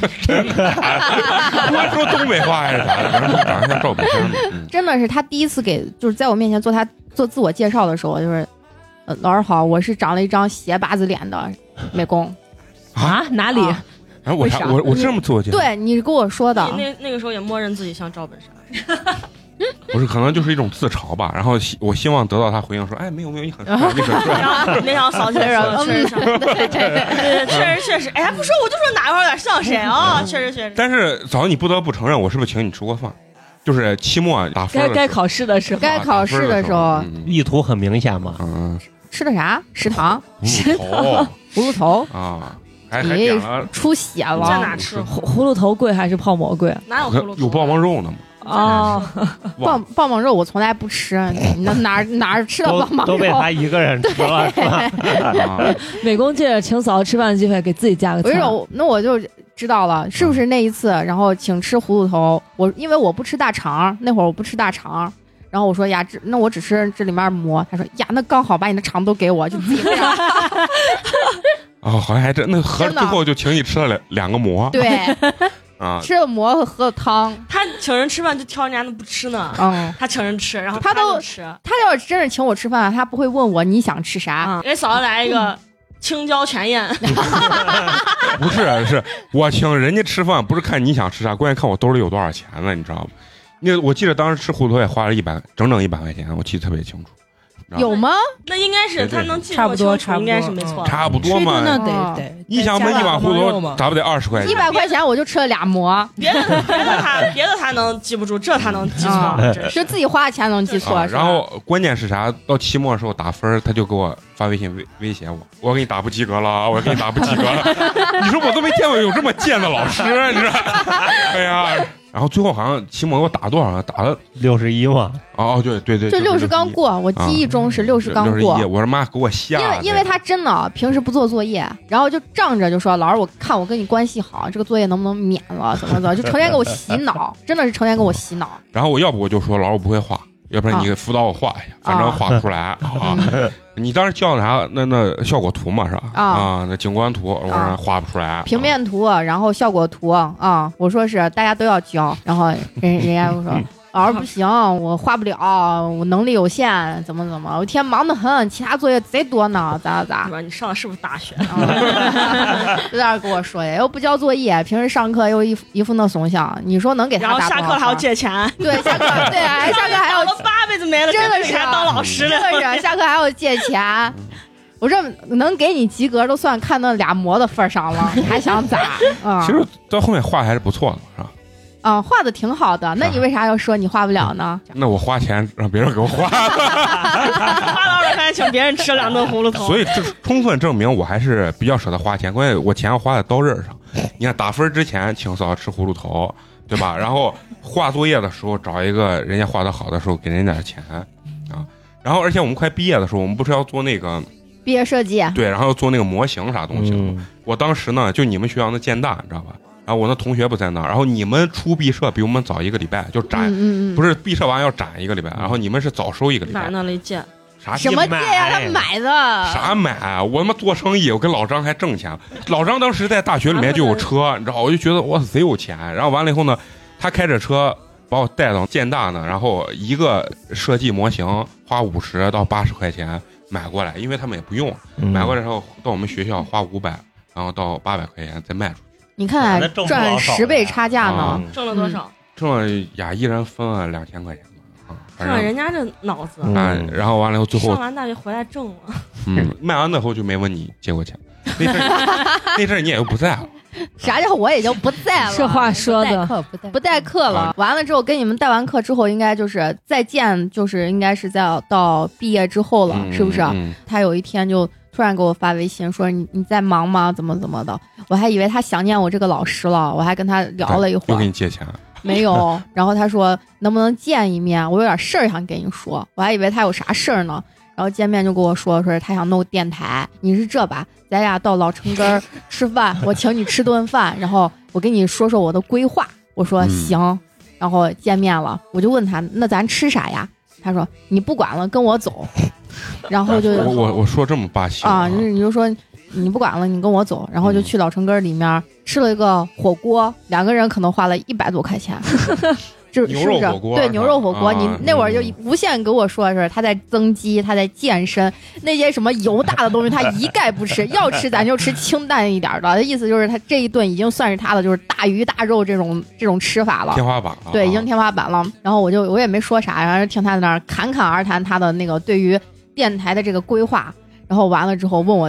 我说东北话还是啥的，反正长得像赵本山的。 真的是他第一次就是在我面前做自我介绍的时候，就是老师好，我是长了一张斜八字脸的美工。 啊？哪里？ 哎，我这么自我介绍？ 对，你跟我说的。 那个时候也默认自己像赵本山。 不是，可能就是一种自嘲吧。然后我希望得到他回应说：“哎，没有，你很帅，你很帅。” 没想到嫂子确实确实，哎呀，不说我就说哪块有点像谁啊？确实。 但是嫂子，你不得不承认，我是不是请你吃过饭？就是期末打分， 该考试的时候， 该考试的时候， 意图很明显嘛。 吃的啥？食堂？ 葫芦头葫芦头啊。 还点了出血了。 在哪吃？ 葫芦头贵还是泡馍贵？ 哪有葫芦头？ 有棒棒肉呢吗？ 哦， 棒棒肉我从来不吃，哪吃的棒棒肉？ 都被他一个人吃了。 美工借着请嫂子吃饭的机会，给自己加个菜。 那我就知道了，是不是那一次，然后请吃葫芦头？因为我不吃大肠，那会儿我不吃大肠。然后我说呀，那我只吃这里面馍。他说呀，那刚好把你的肠都给我，就自己这样。 哦，好像还真那喝之后就请你吃了两个馍。 对， 啊， 吃了馍和喝了汤。 他请人吃饭就挑人家的不吃呢。他请人吃，然后他都吃。 他要是真是请我吃饭，他不会问我你想吃啥。 给嫂子来一个青椒全宴。 不是，是我请人家吃饭，不是看你想吃啥，关键看我兜里有多少钱了，你知道吗？我记得当时吃葫芦头也花了整整100块钱，我记得特别清楚。 有吗？ 那应该是他能记差不多， 应该是没错。 差不多嘛， 那得你想嘛，一碗葫芦头咋不得20块钱 ？100块钱我就吃了俩馍， 别的他能记不住，这他能记错， 就自己花钱能记错。 然后关键是啥？到期末的时候打分，他就给我发微信威胁我给你打不及格了，我给你打不及格了。你说我都没见过有这么贱的老师，你知道？哎呀。然后最后好像期末给我打多少？打了 61嘛。 哦，对， 就60刚过。我记忆中是60刚过。 我说妈，给我吓！ 因为他真的平时不做作业，然后就仗着就说老师，我看我跟你关系好，这个作业能不能免了？怎么，就成天给我洗脑，真的是成天给我洗脑。 然后我就说老师我不会画，要不然你辅导我画一下，反正画不出来啊。你当时教的啥？那效果图嘛是吧？那景观图我说画不出来。 平面图，然后效果图啊，我说是大家都要教，然后人家就说老师不行，我画不了，我能力有限，怎么，我一天忙得很，其他作业贼多呢，咋？ 你上的是不是大学？ 有点跟我说呀，又不交作业，平时上课又一副那怂相，你说能给他打多少分？ 然后下课还要借钱， 对，下课对，下课还要 8辈子没了， 真的是当老师真的是下课还要借钱。我这能给你及格都算看那俩馍的份上了，你还想咋？ 其实到后面画还是不错的，是吧？ 画的挺好的，那你为啥要说你画不了呢？ 那我花钱让别人给我画，花了200块钱请别人吃2顿葫芦头， 所以这充分证明我还是比较舍得花钱，关键我钱要花在刀刃上。你看打分之前请嫂子吃葫芦头，对吧？然后画作业的时候找一个人家画的好的时候给人点钱啊。然后而且我们快毕业的时候，我们不是要做那个毕业设计？对， 然后要做那个模型啥东西。我当时呢，就你们学校那建大，你知道吧？然后我那同学不在那儿，然后你们出毕设比我们早1个礼拜，就展，不是毕设完要展1个礼拜，然后你们是早收1个礼拜。 哪那里建？ 啥什么借呀？他买的。 啥买啊？我他妈做生意，我跟老张还挣钱。老张当时在大学里面就有车，你知道，我就觉得哇贼有钱。然后完了以后呢，他开着车把我带到建大呢，然后一个设计模型花50到80块钱买过来，因为他们也不用，买过来之后到我们学校花500，然后到800块钱再卖出去。 你看赚10倍差价呢， 挣了多少？ 挣了呀，一人分了2000块钱吧。 看人家这脑子然后完了以后最后上完大学回来挣了。 卖完了以后就没问你借过钱。那阵你也就不在了。 啥叫我也就不在了？ 这话说的不代课了。完了之后跟你们带完课之后，应该就是再见，就是应该是在到毕业之后了，是不是？他有一天就突然给我发微信说你在忙吗？怎么的？我还以为他想念我这个老师了，我还跟他聊了一会儿。 又给你借钱？ 没有。然后他说能不能见一面？我有点事儿想跟你说。我还以为他有啥事儿呢。然后见面就跟我说他想弄电台。你是这吧，咱俩到老城根吃饭，我请你吃顿饭，然后我跟你说说我的规划。我说行。然后见面了，我就问他那咱吃啥呀？他说你不管了，跟我走。然后就我说这么霸气啊，你就说你不管了，你跟我走。然后就去老城根里面吃了一个火锅，2个人可能花了100多块钱。是牛肉火锅， 对，牛肉火锅。你那会儿就无限给我说是他在增肌，他在健身，那些什么油大的东西他一概不吃，要吃咱就吃清淡一点的。意思就是他这一顿已经算是他的就是大鱼大肉这种吃法了， 天花板了。 对，已经天花板了。然后我也没说啥，然后听他在那儿侃侃而谈他的那个对于电台的这个规划。然后完了之后问我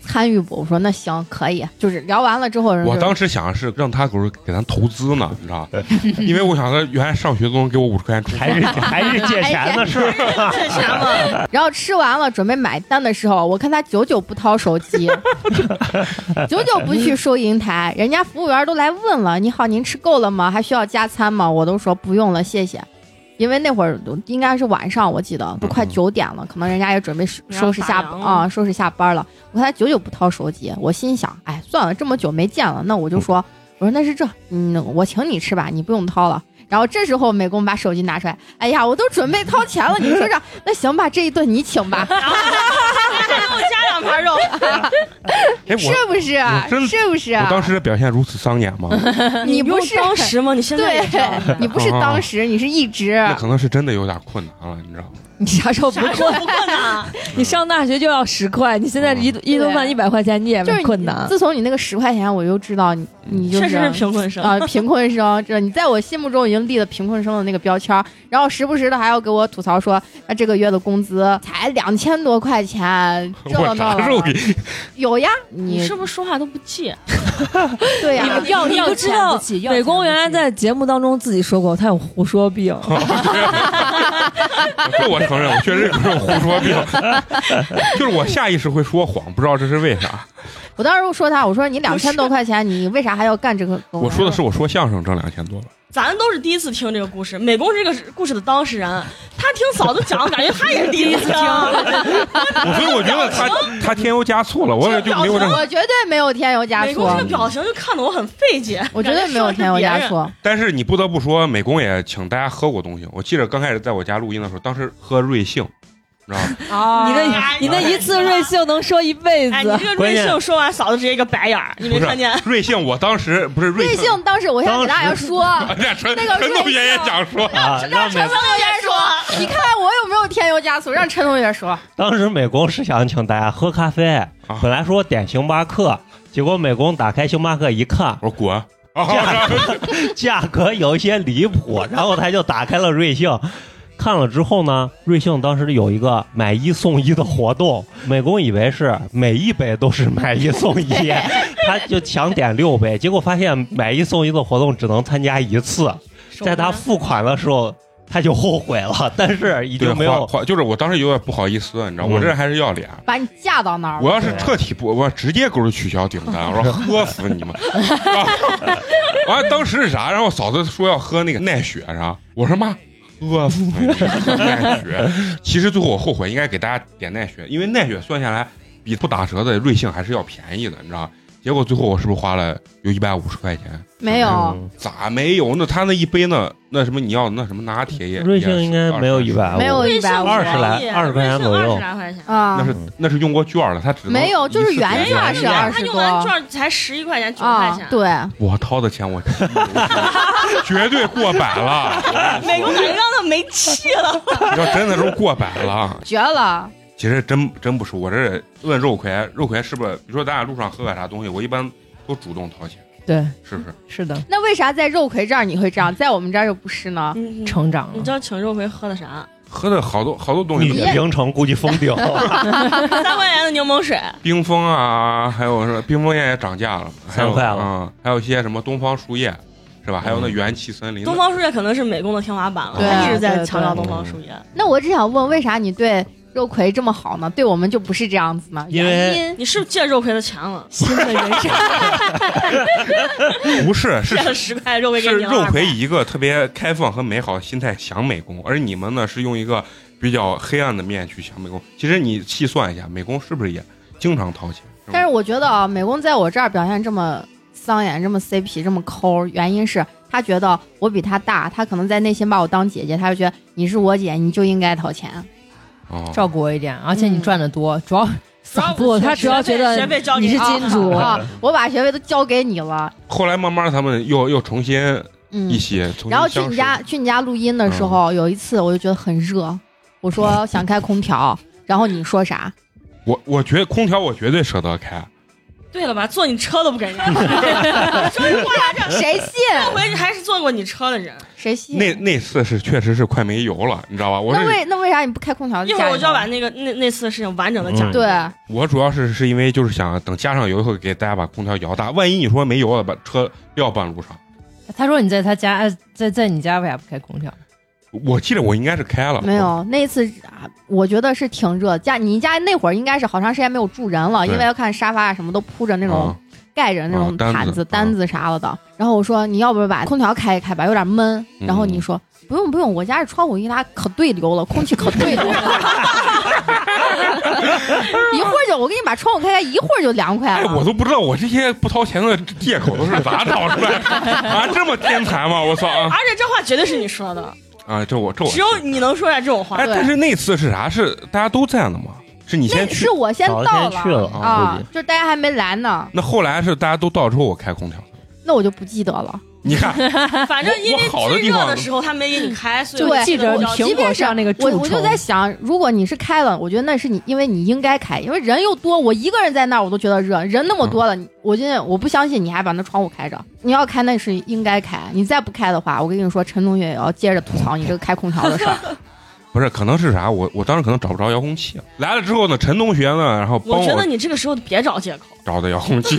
参与不？我说那行可以，就是聊完了之后， 我当时想的是让他给咱投资呢，你知道，因为我想他原来上学都能给我50块钱充， 还是借钱的事儿， 借钱嘛。 然后吃完了准备买单的时候，我看他久久不掏手机，久久不去收银台，人家服务员都来问了：“你好，您吃够了吗？还需要加餐吗？”我都说不用了，谢谢。因为那会儿应该是晚上，我记得都快9点了，可能人家也准备收拾下班了。我看他久久不掏手机，我心想，哎，算了，这么久没见了，那我就说，我说那是这，我请你吃吧，你不用掏了。然后这时候美工把手机拿出来，哎呀，我都准备掏钱了，你说这，那行吧，这一顿你请吧。 然后再给我加2盘肉， 是不是？是不是？ 我当时的表现如此桑眼吗？ 你不是当时吗？你现在也对，你不是当时，你是一直。 那可能是真的有点困难了，你知道吗？ 你啥时候不困难？ 你上大学就要10块，你现在一顿饭100块钱，你也没困难。 自从你那个10块钱，我就知道你就是确实是贫困生啊，贫困生，这你在我心目中已经立了贫困生的那个标签，然后时不时的还要给我吐槽说，那这个月的工资才2000多块钱，这那有呀， 你是不是说话都不记？ 对呀， 你不知道，美工原来在节目当中自己说过，他有胡说病。 这我承认，我确实有这种胡说病，就是我下意识会说谎，不知道这是为啥。 我当时说他，我说你2000多块钱，你为啥还要干这个？ 我说的是我说相声挣2000多了。 咱都是第一次听这个故事，美工这个故事的当事人，他听嫂子讲，感觉他也是第一次听。 所以我觉得他添油加醋了，我也就没有这。 我绝对没有添油加醋。 美工这个表情就看得我很费解， 我绝对没有添油加醋。 但是你不得不说，美工也请大家喝过东西。我记得刚开始在我家录音的时候，当时喝瑞幸。知道吗？ 哦，你那一次瑞幸能说一辈子。 哎，你这个瑞幸说完，嫂子直接一个白眼儿，你没看见？ 瑞幸，我当时不是瑞幸，当时我先给大家说，那个陈同学也想说， 让陈同学说，你看我有没有添油加醋？让陈同学说。 当时美工是想请大家喝咖啡，本来说点星巴克，结果美工打开星巴克一看， 我说滚。 价格有一些离谱，然后他就打开了瑞幸。看了之后呢，瑞幸当时有一个买1送1的活动，美工以为是每1杯都是买1送1，他就强点6杯，结果发现买1送1的活动只能参加1次，在他付款的时候他就后悔了，但是已经没有， 就是我当时有点不好意思，你知道，我这人还是要脸， 把你架到那儿。 我要是彻底不，我直接给我取消订单，我说喝死你们。完当时是啥？然后嫂子说要喝那个奈雪，是吧？我说妈。喝死奈雪！其实最后我后悔，应该给大家点奈雪，因为奈雪算下来比不打折的瑞幸还是要便宜的，你知道？结果最后我是不是花了有150块钱？ 没有， 咋没有？那他那一杯那什么你要那什么拿铁也瑞幸应该没有150， 没有150，20 块钱左右啊。 那是用过券了，他只没有，就是原价是20多， 他用完券才11块钱9块钱。 对， 我掏的钱我绝对过百了。 美工感觉让他没气了， 要真的都过百了， 绝了。 其实真不是，我这问肉葵是不是？比如说咱俩路上喝个啥东西，我一般都主动掏钱。 对， 是不是？ 是的。 那为啥在肉葵这儿你会这样，在我们这儿又不是呢？ 成长了。 你知道请肉葵喝的啥？ 喝的好多东西。 你冰城估计封顶。 3块钱的柠檬水。 冰峰啊，还有是冰峰也涨价了 ，3块了。 还有一些什么东方树叶，是吧？还有那元气森林。 东方树叶可能是美工的天花板了，他一直在强调东方树叶。 那我只想问，为啥你对肉葵这么好呢？对我们就不是这样子呢？ 因为你是不是借肉葵的钱了？ 新的人生不是，是 10块肉葵给你了。 是肉葵以一个特别开放和美好的心态想美工，而你们呢是用一个比较黑暗的面去想美工。其实你细算一下，美工是不是也经常掏钱？ 但是我觉得啊，美工在我这儿表现这么桑眼、这么 CP、这么抠，原因是他觉得我比他大，他可能在内心把我当姐姐，他就觉得你是我姐，你就应该掏钱。 照顾我一点，而且你赚的多，主要不，他主要觉得你是金主啊，我把学费都交给你了。 后来慢慢他们又重新一起， 然后去你家录音的时候，有一次我就觉得很热，我说想开空调，然后你说啥？ 我觉得空调我绝对舍得开， 对了吧？坐你车都不跟人家。 谁信？ 上回还是坐过你车的人， 谁信？ 那次是确实是快没油了，你知道吧？ 那为啥你不开空调？ 一会儿我就要把那次的事情完整的讲。 对， 我主要是因为就是想等加上油以后给大家把空调摇大，万一你说没油了，把车撂半路上。 他说你在他家，在你家为啥不开空调？ 我记得我应该是开了， 没有那次，我觉得是挺热。你家那会儿应该是好长时间没有住人了，因为要看沙发什么都铺着那种盖着那种毯子、单子啥了的。然后我说你要不把空调开一开吧，有点闷。然后你说不用，我家这窗户一拉可对流了，空气可对流了。一会儿我给你把窗户开开，一会儿就凉快了。 我都不知道我这些不掏钱的借口都是咋找出来的啊！这么天才吗？我操！ 而且这话绝对是你说的啊！这我只有你能说下这种话。 哎，但是那次是啥？是大家都在呢吗？是你先去？ 是我先到了啊，就是大家还没来呢。 那后来是大家都到之后我开空调， 那我就不记得了。 你看， 反正因为最热的时候他没给你开，所以就记着苹果上那个蛀虫。 我就在想，如果你是开了，我觉得那是你，因为你应该开，因为人又多，我一个人在那儿我都觉得热，人那么多了，我不相信你还把那窗户开着。你要开那是应该开，你再不开的话，我跟你说，陈同学也要接着吐槽你这个开空调的事儿。 不是，可能是啥？我当时可能找不着遥控器来了之后呢，陈同学呢，然后帮我觉得你这个时候别找借口， 找的遥控器。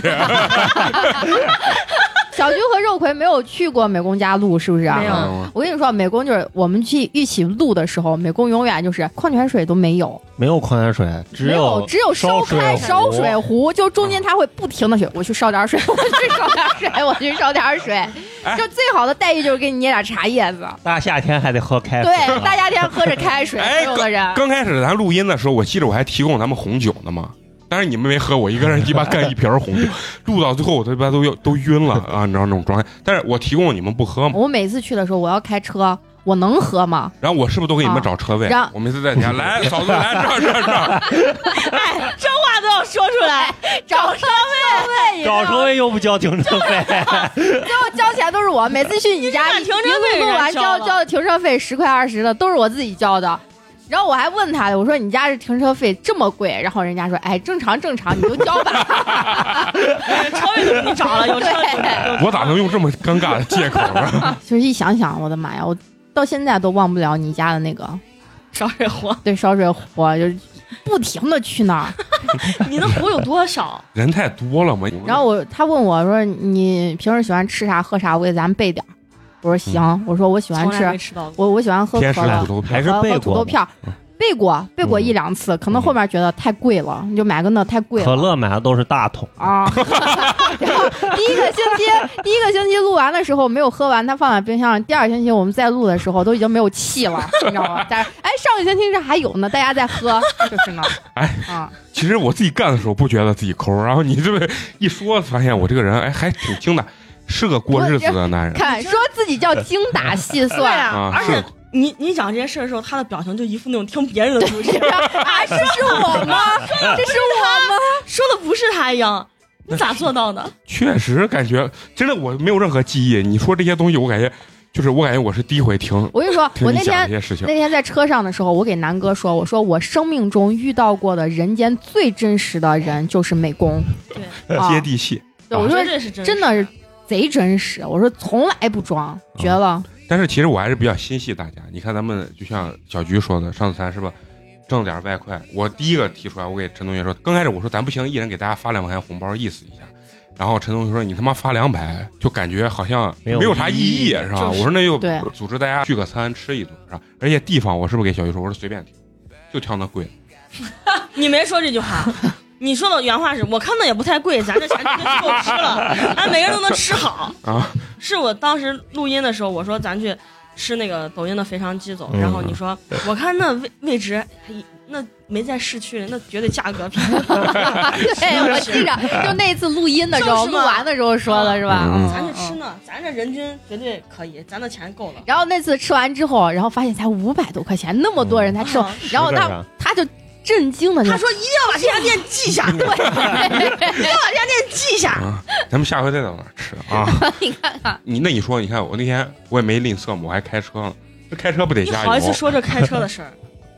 小菊和肉葵没有去过美工家录，是不是？ 没有。 我跟你说，美工就是我们去一起录的时候，美工永远就是矿泉水都没有， 没有矿泉水，只有烧水壶，就中间他会不停的我去烧点水，我去烧点水，我去烧点水。就最好的待遇就是给你捏点茶叶子。 大夏天还得喝开水。 对，大夏天喝着开水，所有的人。 刚开始咱录音的时候，我记得我还提供咱们红酒呢嘛。但是你们没喝，我一个人鸡巴干一瓶红酒，录到最后我他妈都晕了啊！你知道那种状态。但是我提供你们不喝吗？ 我每次去的时候，我要开车，我能喝吗？ 然后我是不是都给你们找车位？我每次在家来，嫂子来这。 哎，这话都要说出来，找车位， 找车位又不交停车费， 最后交钱都是我。每次去你家， 停车费录完交的停车费10块20的都是我自己交的。然后我还问他的，我说你家这停车费这么贵？然后人家说，哎，正常，你就交吧。 车位都给你找了，有车。 我咋能用这么尴尬的借口呢？ 就是一想想，我的妈呀，我到现在都忘不了你家的那个烧水壶。 对，烧水壶就是不停的去那儿。 你那壶有多少？ 人太多了嘛。 然后他问我说，你平时喜欢吃啥喝啥？我给咱备点。我说行，我说我喜欢吃，我喜欢喝可乐， 还是备土豆片，备过1、2次，可能后面觉得太贵了，你就买个那太贵了。 可乐买的都是大桶啊。然后第一个星期录完的时候没有喝完，它放在冰箱上。第2星期我们再录的时候都已经没有气了，你知道吗？但是上个星期这还有呢，大家在喝，就是呢。 其实我自己干的时候不觉得自己抠，然后你这么一说，发现我这个人还挺精的。是个过日子的男人， 看说自己叫精打细算啊！而且你讲这件事的时候，他的表情就一副那种听别人的故事啊，这是我吗？这是我吗？ 说的不是他一样，你咋做到的？ 确实感觉真的我没有任何记忆。你说这些东西，我感觉我是第一回听。 我跟你说，我那天在车上的时候，我给南哥说，我说我生命中遇到过的人间最真实的人就是美工， 对， 接地气。 对，我说这是真的是。贼真实，我说从来不装，绝了。 但是其实我还是比较心系大家。你看咱们就像小菊说的，上次咱是吧挣点外快，我第一个提出来，我给陈同学说，刚开始我说咱不行，一人给大家发2块钱红包意思一下。然后陈同学说你他妈发200，就感觉好像没有啥意义，是吧？我说那就组织大家聚个餐吃一顿，是吧？而且地方我是不是给小菊说，我说随便挑，就挑那贵的。 你没说这句话。你说的原话是我看那也不太贵，咱这钱就够吃了，每个人都能吃好啊。是我当时录音的时候，我说咱去吃那个抖音的肥肠鸡走，然后你说我看那位置那没在市区，那绝对价格便宜。 对，我记着，就那次录音的时候，录完的时候说的是吧？ 咱去吃呢，咱这人均绝对可以，咱的钱够了。 然后那次吃完之后，然后发现才500多块钱，那么多人才吃，然后他就。震惊的， 他说一定要把这家店记下，对，一定要把这家店记下。 咱们下回再到哪儿吃啊？ 你看看， 你说，你看我那天我也没吝啬嘛，我还开车呢，这开车不得加油？ 你好意思说这开车的事儿？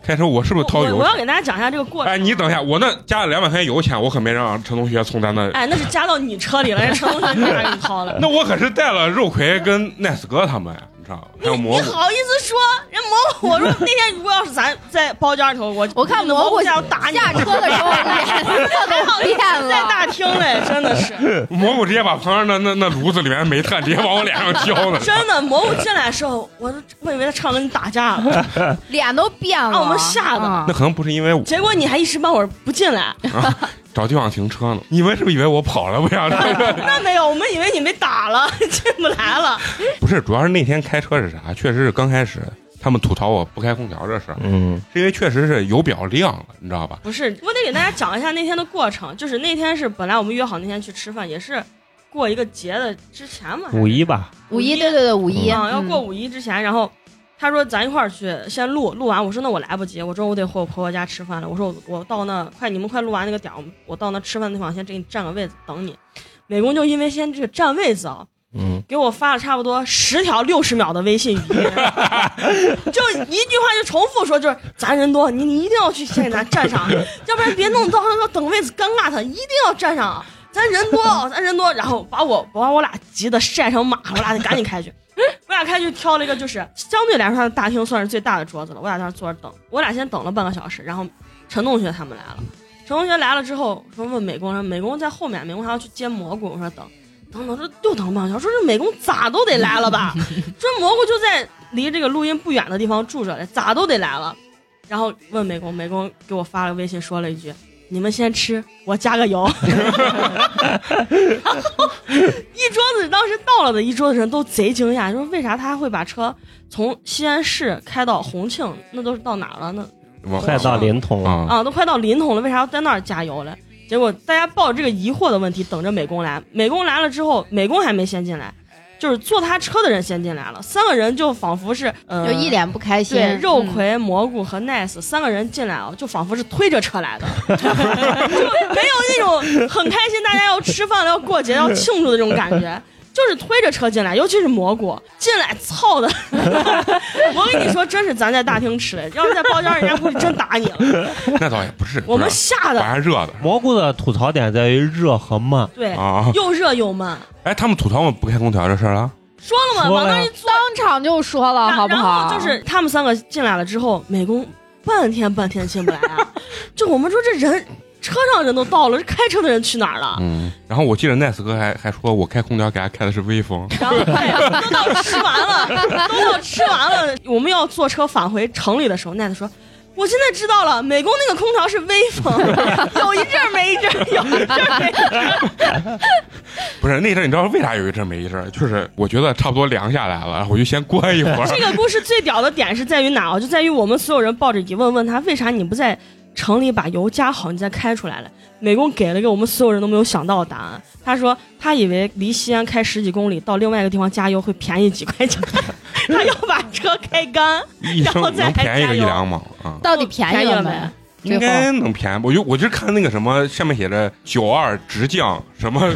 开车我是不是掏油钱？ 我要给大家讲一下这个过程。 哎，你等一下，我那加了200块钱油钱，我可没让陈同学从咱那。 哎，那是加到你车里了，人陈同学哪给你掏了？ 那我可是带了肉葵跟奈斯哥他们呀，你知道吗？还有蘑菇。 你好意思说人蘑菇？我说那天如果要是咱在包间里头，我看蘑菇要打你。 下车的时候脸色都变了， 在大厅嘞，真的是。 蘑菇直接把旁边那炉子里面煤炭直接往我脸上浇呢。 真的，蘑菇进来的时候，我以为他车上跟你打架了， 脸都变了， 把我们吓的。 那可能不是因为我， 结果你还一时半会儿不进来， 找地方停车呢。你们是不是以为我跑了不想？ 那没有，我们以为你被打了，进不来了。 不是，主要是那天开车是啥？确实是刚开始他们吐槽我不开空调这事儿，是因为确实是油表亮了，你知道吧？ 不是，我得给大家讲一下那天的过程。就是那天是本来我们约好那天去吃饭，也是过一个节的之前嘛 ，5·1吧 ，5·1，对，5·1 啊，要过5·1之前，然后他说咱一块儿去先录完，我说那我来不及，我中午得回我婆婆家吃饭了，我说我到那你们快录完那个点，我到那吃饭的地方先给你占个位子等你。美工就因为先这个占位子啊。给我发了差不多10条60秒的微信语音，就一句话就重复说，就是咱人多，你一定要去先给咱站上，要不然别弄到等位子尴尬，他一定要站上，咱人多，然后把我俩急得晒成马了，我俩得赶紧开去。我俩开去挑了一个就是相对来说他的大厅算是最大的桌子了，我俩在那坐着等，我俩先等了半个小时，然后陈同学他们来了，陈同学来了之后说问美工，美工在后面，美工还要去接蘑菇，我说等，这又等半个小时，说这美工咋都得来了吧？说蘑菇就在离这个录音不远的地方住着，咋都得来了。然后问美工，美工给我发了微信说了一句：“你们先吃，我加个油。”然后一桌子当时到了的一桌子人都贼惊讶，说为啥他会把车从西安市开到洪庆？那都是到哪儿了？那快到临潼了啊，都快到临潼了，为啥要在那儿加油了？结果大家抱着这个疑惑的问题等着美工来，美工来了之后，美工还没先进来，就是坐他车的人先进来了，3个人就仿佛是就一脸不开心。 对，肉葵、蘑菇和 Nice3个人进来啊，就仿佛是推着车来的，就没有那种很开心，大家要吃饭了、要过节、要庆祝的这种感觉。就是推着车进来，尤其是蘑菇进来操的，我跟你说，真是咱在大厅吃的，要是在包间，人家估计真打你了。 那倒也不是， 我们吓的， 反正热的。 蘑菇的吐槽点在于热和慢， 对啊，又热又慢。 哎，他们吐槽我不开空调这事儿了？ 说了嘛，往那一坐， 当场就说了，好不好？ 然后就是他们3个进来了之后，美工半天进不来啊，就我们说这人。车上人都到了，这开车的人去哪儿了？ 然后我记得奈斯哥还说我开空调给他开的是微风。 然后都到吃完了，我们要坐车返回城里的时候，奈斯说：“我现在知道了，美工那个空调是微风，有一阵没一阵，有一阵没一阵。” 不是那阵，你知道为啥有一阵没一阵？就是我觉得差不多凉下来了，我就先关一会儿。 这个故事最屌的点是在于哪啊？就在于我们所有人抱着疑问问他，为啥你不在城里把油加好，你再开出来了？美工给了个我们所有人都没有想到的答案。他说他以为离西安开10几公里到另外一个地方加油会便宜几块钱，他要把车开干，然后再能便宜个1、2毛啊？ 到底便宜了没？ 应该能便宜。我就看那个什么上面写着92直降什么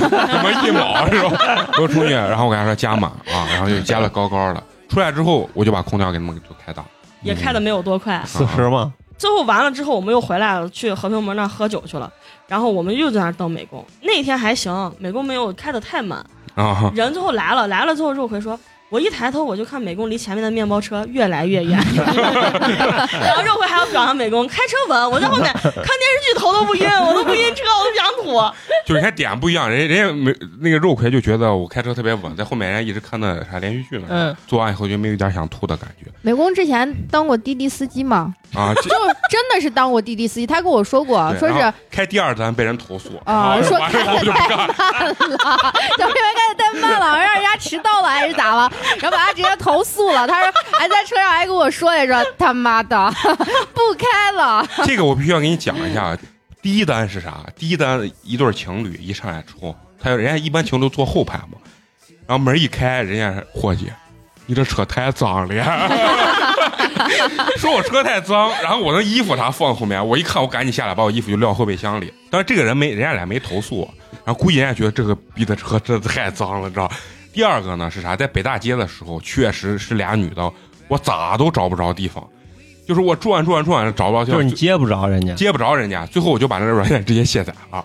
1毛是吧？我出去，然后我跟他说加满啊，然后就加的高高的。出来之后我就把空调给他们就开大， 也开的没有多快 ，40吗？ 最后完了之后，我们又回来了，去和平门那喝酒去了。然后我们又在那等美工。那天还行，美工没有开得太满啊。人最后来了之后，肉葵说：“我一抬头我就看美工离前面的面包车越来越远。”然后肉葵还要表扬美工开车稳。我在后面看电视剧头都不晕，我都不晕车，我都不想吐。 就是看点不一样，人家那个肉葵就觉得我开车特别稳，在后面人家一直看的啥连续剧呢。做完以后就没有一点想吐的感觉。 美工之前当过滴滴司机吗？啊，就真的是当过滴滴司机。他跟我说过，说是开第2单被人投诉啊，说开的太慢了，小妹妹开的太慢了，让人家迟到了还是咋了？然后把他直接投诉了。他说还在车上还跟我说来着，他妈的不开了。 这个我必须要给你讲一下。第1单是啥？第1单一对情侣一上来抽，人家一般情侣坐后排嘛，然后门一开，人家伙计，你这车太脏了呀。说我车太脏，然后我那衣服啥放后面，我一看我赶紧下来把我衣服就撂后备箱里。但是这个人人家俩没投诉我，然后估计人家觉得这个逼的车真的太脏了，知道。第2个呢是啥？在北大街的时候，确实是俩女的，我咋都找不着地方。 就是我转找不到， 就是你接不着人家，最后我就把那个软件直接卸载了。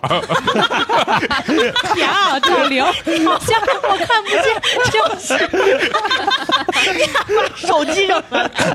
天啊，证灵，好像我看不见，就是手机上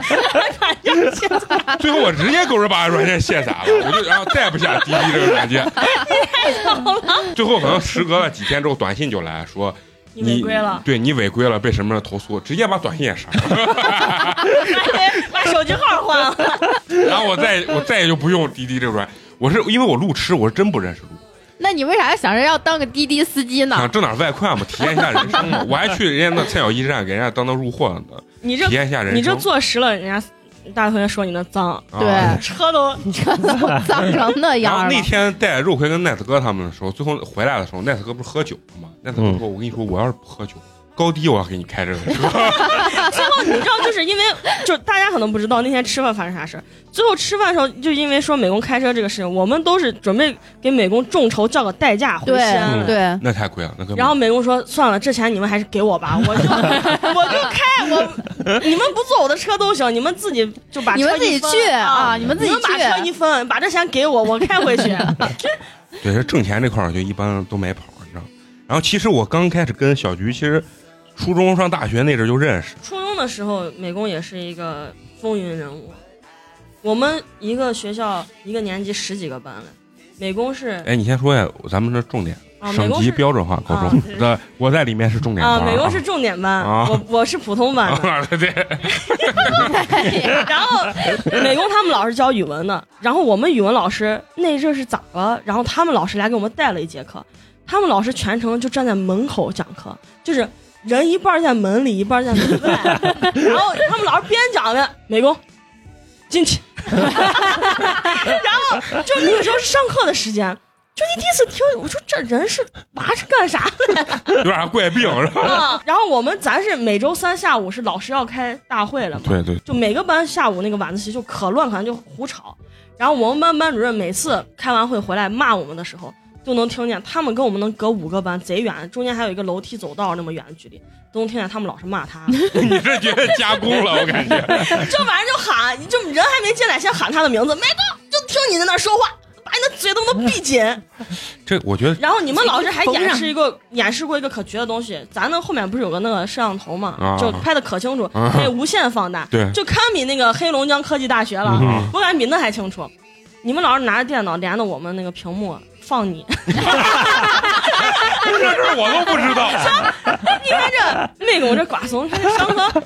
最后我直接给我把软件卸载了，我就然后再不下滴滴这个软件。最后可能时隔了几天之后，短信就来说。 你违规了， 对你违规了，被什么人投诉，直接把短信也删了， 把手机号换了。 然后我再也就不用滴滴这个软件，我是因为我路痴，我是真不认识路。 那你为啥想着要当个滴滴司机呢？ 想挣点外快嘛，体验一下人生嘛。我还去人家那菜鸟驿站给人家当入货的， 你这体验一下人生。 你这坐实了，人家大同学说你那脏， 对， 车都脏成那样了。 然后那天带肉葵跟奈子哥他们的时候，最后回来的时候，奈子哥不是喝酒了吗？奈子哥说：“我跟你说，我要是不喝酒，高低我要给你开这个车。” 最后你知道，就是因为就大家可能不知道那天吃饭发生啥事。最后吃饭的时候，就因为说美工开车这个事情，我们都是准备给美工众筹叫个代驾回西安。 对， 那太贵了，那然后美工说：“算了，这钱你们还是给我吧，我就开你们不坐我的车都行，你们自己就把车你们自己去啊，你们自己去， 把车一分，把这钱给我，我开回去。” 对，这挣钱这块儿就一般都没跑，你知道。然后其实我刚开始跟小菊，其实初中上大学那阵就认识。 初中的时候，美工也是一个风云人物。我们一个学校一个年级10几个班的，美工是。 哎，你先说一下，咱们这重点，省级标准化高中的，我在里面是重点班。 美工是重点班，我是普通班的。 对。 然后美工他们老师教语文的，然后我们语文老师那阵是咋了？然后他们老师来给我们带了一节课，他们老师全程就站在门口讲课，就是人一半在门里，一半在门外。然后他们老师边讲的，美工进去。然后就那个时候是上课的时间，就你第一次听，我说这人是干啥的？ 有点怪病是吧？ 然后咱是每周3下午是老师要开大会了嘛？ 对， 就每个班下午那个晚自习就可乱，可能就胡吵。然后我们班班主任每次开完会回来骂我们的时候，就能听见他们跟我们能隔5个班贼远，中间还有一个楼梯走道那么远的距离，都能听见他们老师骂他。 你这觉得加工了，我感觉。 这晚上就喊，就人还没进来，先喊他的名字，美工，就听你在那说话。把你的嘴都能闭紧。 这我觉得。 然后你们老师还演示过一个可绝的东西，咱那后面不是有个那个摄像头嘛，就拍的可清楚，可以无限放大， 对， 就堪比那个黑龙江科技大学了，我感觉比那还清楚。你们老师拿着电脑连着我们那个屏幕放你， 这事我都不知道。 你看这那个我这瓜怂上课，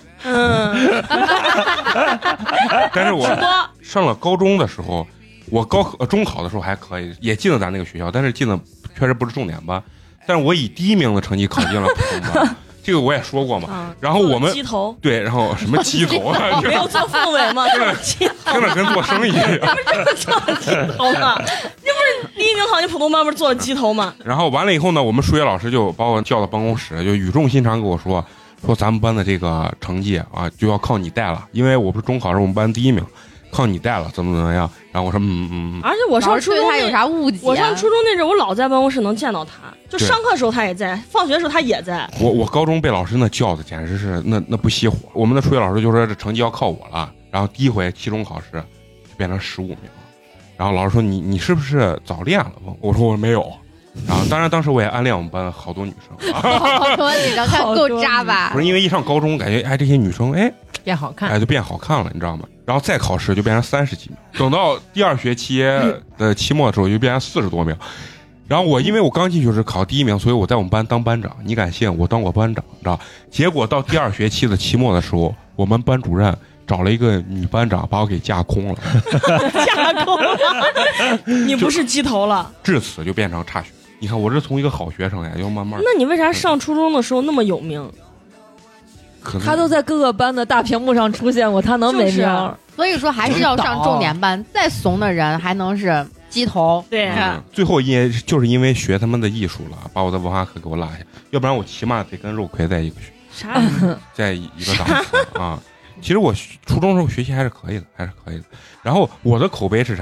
但是我上了高中的时候。我中考的时候还可以，也进了咱那个学校，但是进的确实不是重点班，但是我以第1名的成绩考进了普通班，这个我也说过嘛。然后我们鸡头对，然后什么鸡头啊？ 没有做凤尾吗？ 听着跟做生意一样。 不是做鸡头吗？你不是第1名考进普通班，不是做鸡头吗？ 然后完了以后呢，我们数学老师就把我叫到办公室，就语重心长跟我说咱们班的这个成绩啊，就要靠你带了，因为我不是中考是我们班第1名。靠你带了，怎么样？然后我说而且我上初中他有啥误解？ 我上初中那阵，我老在办公室能见到他，就上课的时候他也在，放学的时候他也在。 我高中被老师那叫的简直是那不熄火。我们的数学老师就说这成绩要靠我了，然后第一回期中考试就变成15名了。然后老师说你是不是早恋了？我说我没有。然后当时我也暗恋我们班好多女生， 好多女生看够渣吧？ 不是因为一上高中感觉这些女生变好看， 就变好看了，你知道吗？然后再考试就变成30几名，等到第2学期的期末的时候就变成40多名。然后因为我刚进去是考第1名，所以我在我们班当班长。你敢信？我当过班长，你知道？结果到第2学期的期末的时候，我们班主任找了一个女班长，把我给架空了。 架空了？你不是鸡头了？ 至此就变成差学。你看我这从一个好学生要慢慢。 那你为啥上初中的时候那么有名？ 他都在各个班的大屏幕上出现过，他能没名？ 所以说还是要上重点班，再怂的人还能是鸡头。 对， 最后就是因为学他们的艺术了，把我的文化课给我落下，要不然我起码得跟肉葵在一个学， 啥？ 在一个档次啊。其实我初中时候学习还是可以的。然后我的口碑是啥？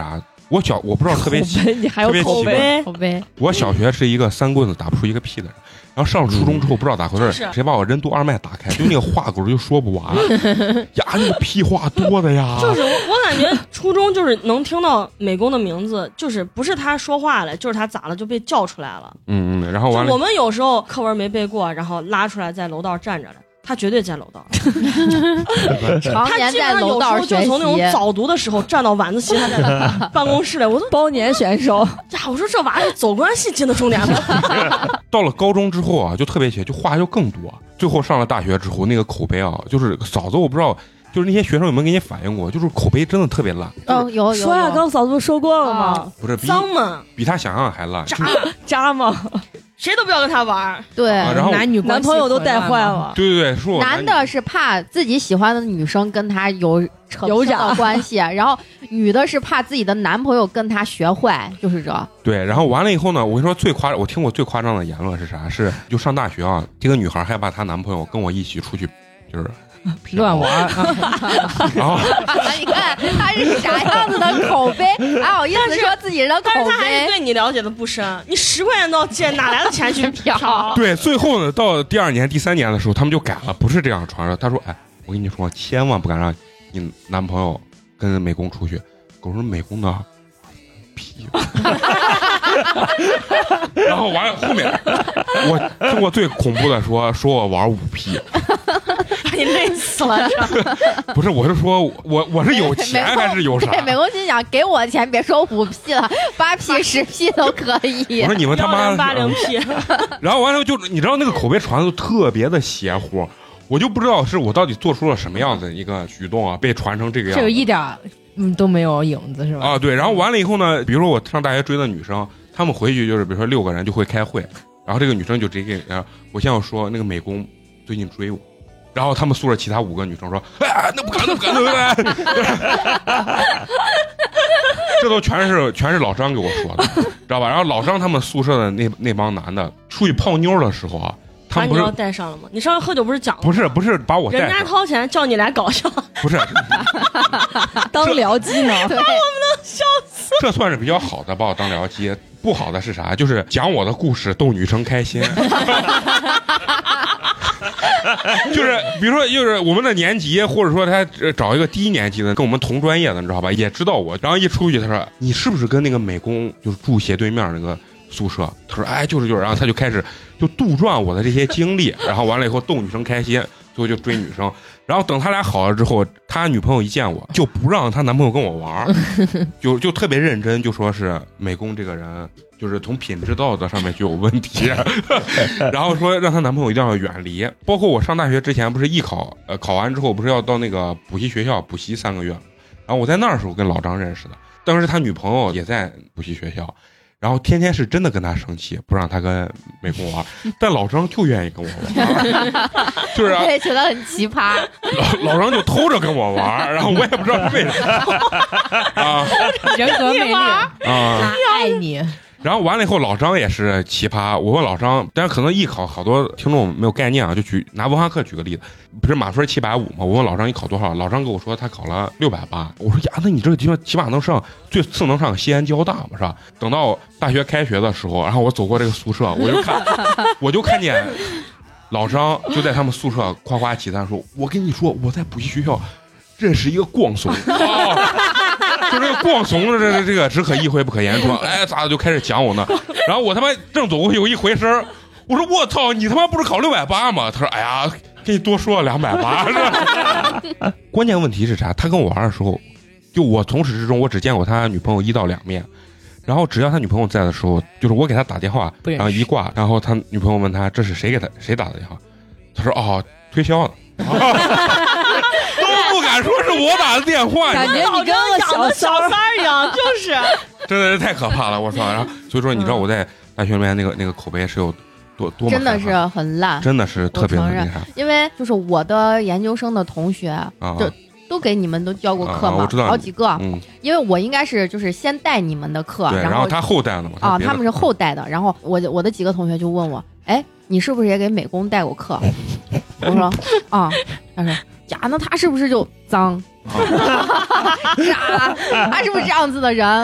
我不知道特别你还有口碑？ 口碑。 我小学是一个3棍子打不出一个屁的人，然后上了初中之后不知道咋回事，谁把我任督二脉打开，就那个话口就说不完呀，那个屁话多的呀。 就是我感觉初中就是能听到美工的名字，就是不是他说话了，就是他咋了就被叫出来了。 然后完了， 我们有时候课文没背过，然后拉出来在楼道站着了。他绝对在楼道， 常年在楼道学习。 就从那种早读的时候站到晚自习，他在办公室里，我都包年选手呀！我说这娃是走关系进的重点吗？ 到了高中之后啊，就特别写，就话就更多。最后上了大学之后，那个口碑啊，就是嫂子，我不知道。就是那些学生有没有给你反映过？就是口碑真的特别烂。 有。 说呀，刚嫂子不说过了吗？ 不是脏吗？ 比他想象还烂。 渣吗？ 谁都不要跟他玩。 对， 然后男朋友都带坏了。 对，说我男的是怕自己喜欢的女生跟他有扯不上的关系，然后女的是怕自己的男朋友跟他学坏，就是这。对， 然后完了以后呢，我跟你说我听过最夸张的言论是啥？是就上大学啊，这个女孩害怕她男朋友跟我一起出去，就是。 乱玩然后你看他是啥样子的口碑，还好意思说自己的口碑？ 但是他还是对你了解的不深，你10块钱都要借，哪来的钱去嫖？ 对，最后呢，到第2年、第3年的时候，他们就改了，不是这样传的。他说：“哎，我跟你说，千万不敢让你男朋友跟美工出去。”我说：“美工呢？屁！”然后完了，后面我听过最恐怖的说我玩5P。 把你累死了！ 不是，我是说我是有钱还是有啥？ 对，美工心想给我钱，别说5P 了，8P、10P 都可以。 我说你们他妈 80P。 然后完了就你知道那个口碑传的特别的邪乎，我就不知道是我到底做出了什么样子一个举动啊，被传成这个样子。 这个一点都没有影子是吧？ 啊，对。然后完了以后呢，比如说我上大学追的女生，她们回去就是比如说6个人就会开会，然后这个女生就直接给我先要说那个美工最近追我。然后他们宿舍其他5个女生说：“哎，那不敢。”这都全是老张给我说的，知道吧？然后老张他们宿舍的那帮男的出去泡妞的时候啊，他们不是把你要带上了吗？你上回喝酒不是讲了吗？ 不是把我带上， 人家掏钱叫你来搞笑， 不是当僚机呢？ 把我们都笑死。 这算是比较好的，把我当僚机。不好的是啥？就是讲我的故事逗女生开心。就是比如说，就是我们的年级，或者说他找一个低年级的，跟我们同专业的，你知道吧？也知道我。然后一出去，他说：“你是不是跟那个美工就是住斜对面那个宿舍？”他说：“哎，就是。”然后他就开始就杜撰我的这些经历，然后完了以后逗女生开心，最后就追女生。然后等他俩好了之后，他女朋友一见我就不让他男朋友跟我玩，就特别认真，就说是美工这个人就是从品质道德上面就有问题，然后说让她男朋友一定要远离。包括我上大学之前不是艺考，考完之后不是要到那个补习学校补习3个月，然后我在那儿的时候跟老张认识的，当时他女朋友也在补习学校。然后天天是真的跟他生气，不让他跟美工玩，但老张就愿意跟我玩，就是、 我也觉得很奇葩。 老张就偷着跟我玩，然后我也不知道是为啥啊， 人格魅力啊，爱你。 然后完了以后，老张也是奇葩。我问老张，但是可能艺考好多听众没有概念啊，就拿文化课举个例子，不是满分750吗？我问老张你考多少，老张跟我说他考了680。我说呀，那你这个地方起码能上，最次能上西安交大嘛，是吧？等到大学开学的时候，然后我走过这个宿舍，我就看见老张就在他们宿舍夸夸其谈说：“我跟你说，我在补习学校认识一个光怂。”就这个光怂的这个只可意会不可言传，哎，咋的就开始讲我呢？然后我他妈正走过去，我一回身，我说我操，你他妈不是考680吗？他说哎呀，给你多说了280。关键问题是啥？他跟我玩的时候，就我从始至终我只见过他女朋友1到2面，然后只要他女朋友在的时候，就是我给他打电话，然后一挂，然后他女朋友问他这是谁打的电话，他说哦推销的。都不敢说是我打的电话， 感觉你跟个小三一样，就是真的是太可怕了，我操！然后所以说，你知道我在大学里面那个口碑是有多么真的是很烂， 真的是特别的厉害。 因为就是我的研究生的同学，就都给你们都教过课嘛， 我知道好几个。因为我应该是就是先带你们的课， 然后他后带的嘛。 啊，他们是后带的。然后我的几个同学就问我，哎，你是不是也给美工带过课？我说啊，他说呀，那他是不是就脏？他是不是这样子的人？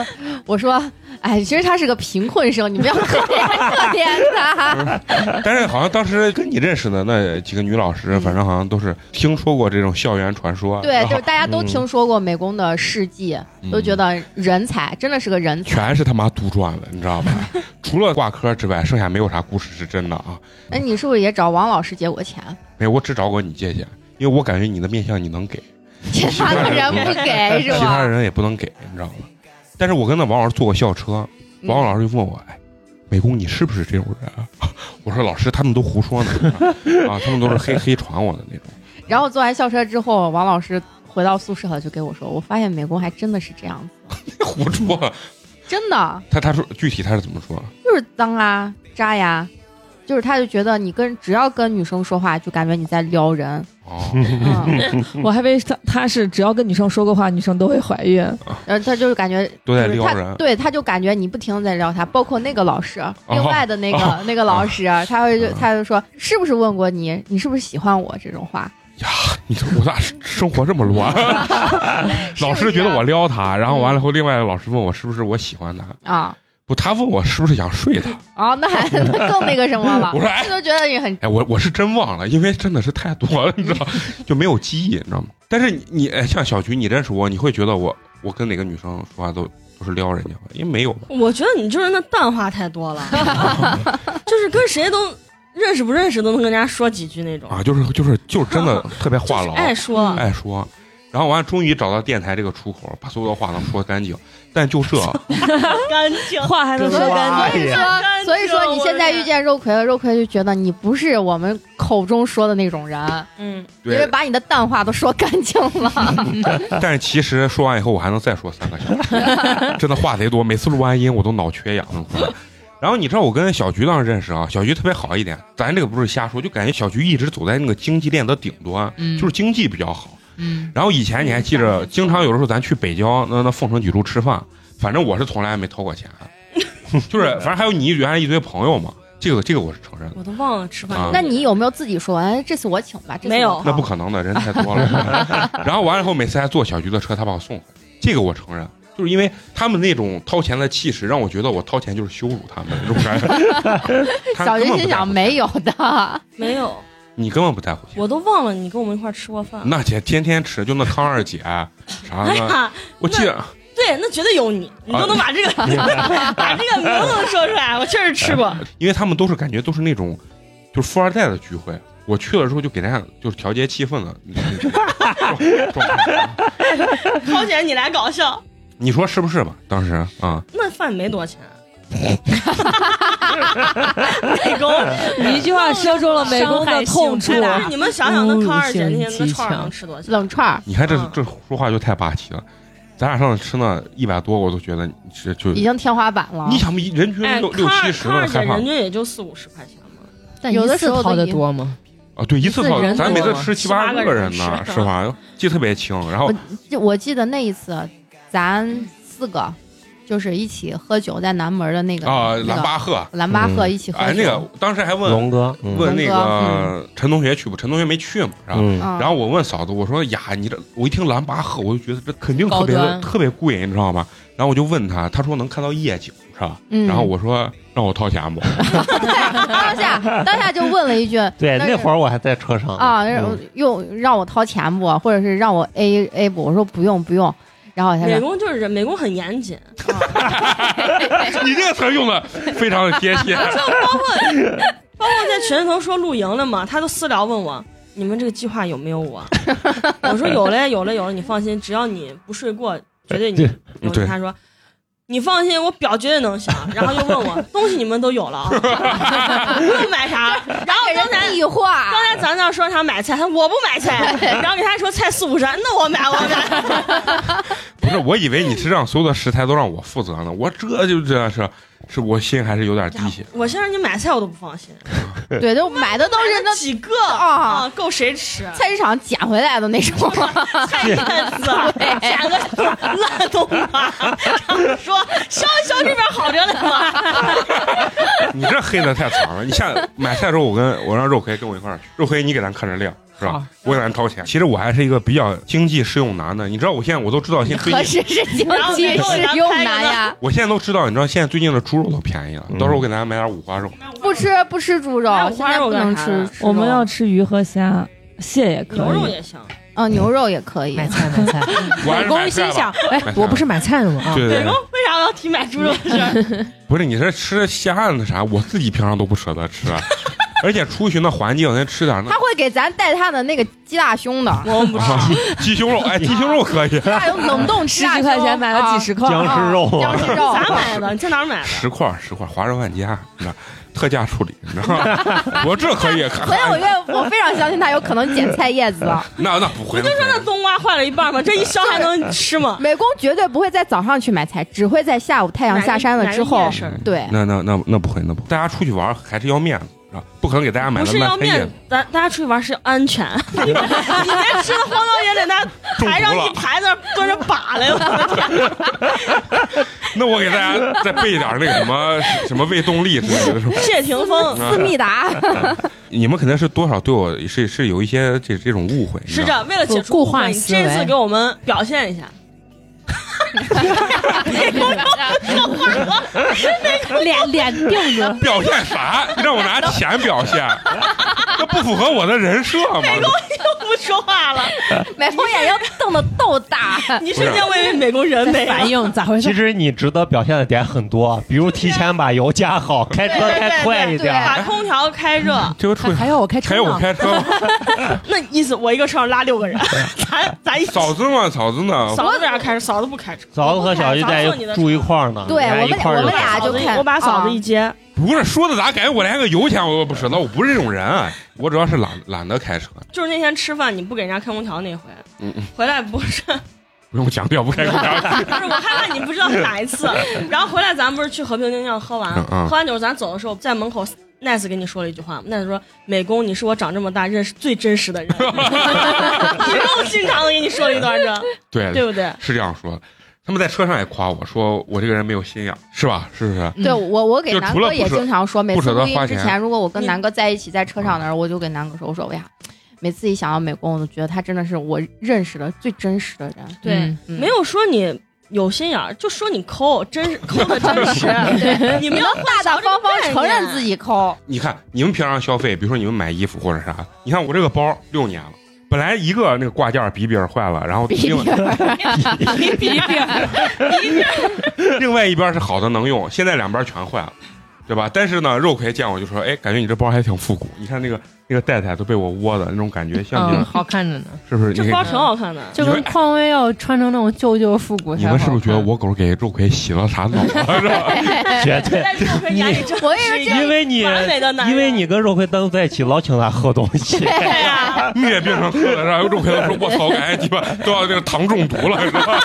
我说，哎，其实他是个贫困生，你不要可怜他。 但是好像当时跟你认识的那几个女老师，反正好像都是听说过这种校园传说。 对，就是大家都听说过美工的事迹，都觉得人才，真的是个人才。 全是他妈杜撰的，你知道吧？除了挂科之外，剩下没有啥故事是真的啊。 哎，你是不是也找王老师借过钱？ 没有，我只找过你借钱，因为我感觉你的面相你能给， 其他的人不给是吧？ 其他人也不能给，你知道吗？但是我跟那王老师坐过校车，王老师就问我，哎，美工你是不是这种人？我说老师，他们都胡说呢啊，他们都是黑传我的那种。 然后坐完校车之后，王老师回到宿舍了，就给我说，我发现美工还真的是这样子。 胡说， 真的。 他说具体他是怎么说？ 就是脏啊，渣呀。就是他就觉得你只要跟女生说话，就感觉你在撩人。 哦， 我还以为他是只要跟女生说过话，女生都会怀孕。 他就是感觉都在撩人。 对，他就感觉你不停地在撩他，包括那个老师，另外的那个老师，他就说是不是问过你是不是喜欢我这种话。 呀，你说我咋生活这么乱？老师觉得我撩他，然后完了后，另外一个老师问我是不是我喜欢他啊。不，他问我是不是想睡他？ 哦，那更那个什么了。 我说，哎， 都觉得你很…… 哎，我是真忘了，因为真的是太多了，你知道，就没有记忆，你知道吗？但是你像小菊，你认识我，你会觉得我跟哪个女生说话都是撩人家吧？因为没有吧？ 我觉得你就是那淡化太多了，就是跟谁都认识不认识都能跟人家说几句那种啊，就是真的特别话痨， 爱说。 然后完了，终于找到电台这个出口，把所有的话能说干净。但就这干净话还能说干净， 所以说你现在遇见肉葵了，肉葵就觉得你不是我们口中说的那种人，因为把你的淡话都说干净了。 但是其实说完以后，我还能再说3个小时，真的话贼多，每次录完音我都脑缺氧。然后你知道我跟小菊当时认识啊，小菊特别好一点，咱这个不是瞎说，就感觉小菊一直走在那个经济链的顶端，就是经济比较好。然后以前你还记着，经常有的时候咱去北郊那凤城几处吃饭，反正我是从来没掏过钱，就是反正还有你原来一堆朋友嘛，这个我是承认的。 我都忘了吃饭。 那你有没有自己说，哎，这次我请吧？ 没有， 那不可能的，人太多了。然后完了以后，每次还坐小菊的车，他把我送回来，这个我承认，就是因为他们那种掏钱的气势，让我觉得我掏钱就是羞辱他们这种感觉。 小菊心想没有的， 没有。 你根本不在乎钱， 我都忘了你跟我们一块吃过饭。 那姐天天吃，就那汤二姐啥的，我记得。 对，那绝对有你都能把这个把这个名字说出来，我确实吃过。 因为他们都是感觉都是那种就是富二代的聚会，我去了之后就给大家就是调节气氛的状态。 掏钱你来搞笑， 你说是不是吧？当时啊， 那饭没多钱。美工， 你一句话说中了美工的痛处。 你们想想，那康二姐那天那串能吃多少钱？ 冷串， 你看这说话就太霸气了。咱俩上次吃那100多，我都觉得是就已经天花板了。 你想人均60-70的，害怕人均也就40-50块钱嘛。 但有的时候掏的多吗？ 啊，对，一次掏，咱每次吃7-8个人呢，是吧？记特别清。然后我记得那一次，咱4个。就是一起喝酒，在南门的那个蓝巴赫一起喝酒。 哎，那个当时还问龙哥， 问那个陈同学去不？陈同学没去嘛，然后我问嫂子，我说呀，你这我一听蓝巴赫，我就觉得这肯定特别贵，你知道吗？然后我就问他，他说能看到夜景是吧？然后我说让我掏钱不？ 当下就问了一句， 对，那会儿我还在车上啊，又让我掏钱不，或者是让我 A 不？我说不用。然后美工就是人，美工很严谨。 你这个词用的非常的贴切。 包括在群里头说露营了嘛，他都私聊问我，你们这个计划有没有我？我说有了，你放心，只要你不睡过，绝对你有。他说你放心，我表绝对能行。然后又问我东西你们都有了啊，不用买啥。然后刚才咱那说他买菜，他说我不买菜。然后给他说菜40-50，那我买。 不是，我以为你是让所有的食材都让我负责呢，我这就这是我心还是有点低血。 我先让你买菜我都不放心。 对，都买的都是那几个啊，够谁吃？ 菜市场捡回来的那种菜叶子，捡个烂冬瓜，说小这边好着呢嘛。 你这黑的太惨了。你下买菜的时候，我让肉葵跟我一块儿去，肉葵你给咱看着量。是吧？我给咱掏钱。其实我还是一个比较经济适用男的，你知道，我现在我都知道，现在何时是经济适用男呀？ 我现在都知道，你知道现在最近的猪肉都便宜了，到时候我给大家买点五花肉。 不吃猪肉，现在不能吃。 我们要吃鱼和虾，蟹也可以， 牛肉也行。 牛肉也可以。 买菜。美工心想，我不是买菜的吗？ 对。 美工为啥要提买猪肉的事？ 不是，你这吃虾那啥，我自己平常都不舍得吃。而且出去那环境，咱吃点那。 他会给咱带他的那个鸡大胸的， 我们不吃鸡胸肉，鸡胸肉可以。 还有冷冻10 几块钱买了几十块僵尸肉， 咋买的？你在哪儿买的 ？10块，华润万家，你知道，特价处理，你知道吗？我这可以。 所以我非常相信他有可能捡菜叶子。 那不会。 我就说那冬瓜坏了一半吗？这一削还能吃吗？ 美工绝对不会在早上去买菜，只会在下午太阳下山了之后。对。 那不会，大家出去玩还是要面子。不可能给大家买的烂菜叶子。 大家出去玩是安全，你连吃的荒郊野岭，那台上一排在蹲着把来了。 那我给大家再备一点那个什么胃动力之类的，是吧？ 谢霆锋、 思密达。 你们肯定是多少对我是有一些这种误会。 是这，为了解除误会，你这次给我们表现一下。 脸定着， 表现啥？你让我拿钱表现，这不符合我的人设吗？ 美工又不说话了， 美工眼睛瞪得豆大， 你瞬间为美工人美反应咋回事？ 其实你值得表现的点很多，比如提前把油加好，开车开快一点， 把空调开热。 这个还要我开车？ 还要我开车吗？ 那意思我一个车上拉6个人，咱嫂子呢？嫂子为啥开车？嫂子不开车。 嫂子和小姨在住一块儿呢。 对，我们俩就我把嫂子一接。 不是说的咋感觉我连个油钱我都不舍得？我不是这种人，我主要是懒得开车。 就是那天吃饭你不给人家开空调那回，回来不是。 不用强调不开空调。 不是，我害怕你不知道是哪一次。然后回来咱不是去和平精酿喝完，喝完酒咱走的时候，在门口 Nice 跟你说了一句话 ，Nice 说：“美工，你是我长这么大认识最真实的人。”语重心长的给你说了一段这，对不对？ 是这样说。他们在车上也夸我说我这个人没有心眼，是吧？是不是？ 对我给南哥也经常说，每次录音之前，如果我跟南哥在一起在车上的时候，我就跟南哥说，我说为啥？每次一想到美工，我都觉得他真的是我认识的最真实的人。 对，没有说你有心眼儿，就说你抠，抠的真实。你们要大大方方承认自己抠。 你看你们平常消费，比如说你们买衣服或者啥，你看我这个包6年了。本来一个那个挂件笔柄坏了，然后另外一边是好的能用，现在2边全坏了，对吧？但是呢，肉葵见我就说，哎，感觉你这包还挺复古，你看那个袋都被我窝的那种感觉，像好看着呢， 是不是？ 这包挺好看的， 就跟匡威要穿成那种旧复古。 你们是不是觉得我狗给肉葵洗了啥澡了？是吧？ 绝对。因为你跟肉葵单独在一起，老请他喝东西。 对呀， 灭病上喝了，然后肉葵都说：“我操，感觉鸡巴都要这个糖中毒了，是吧？”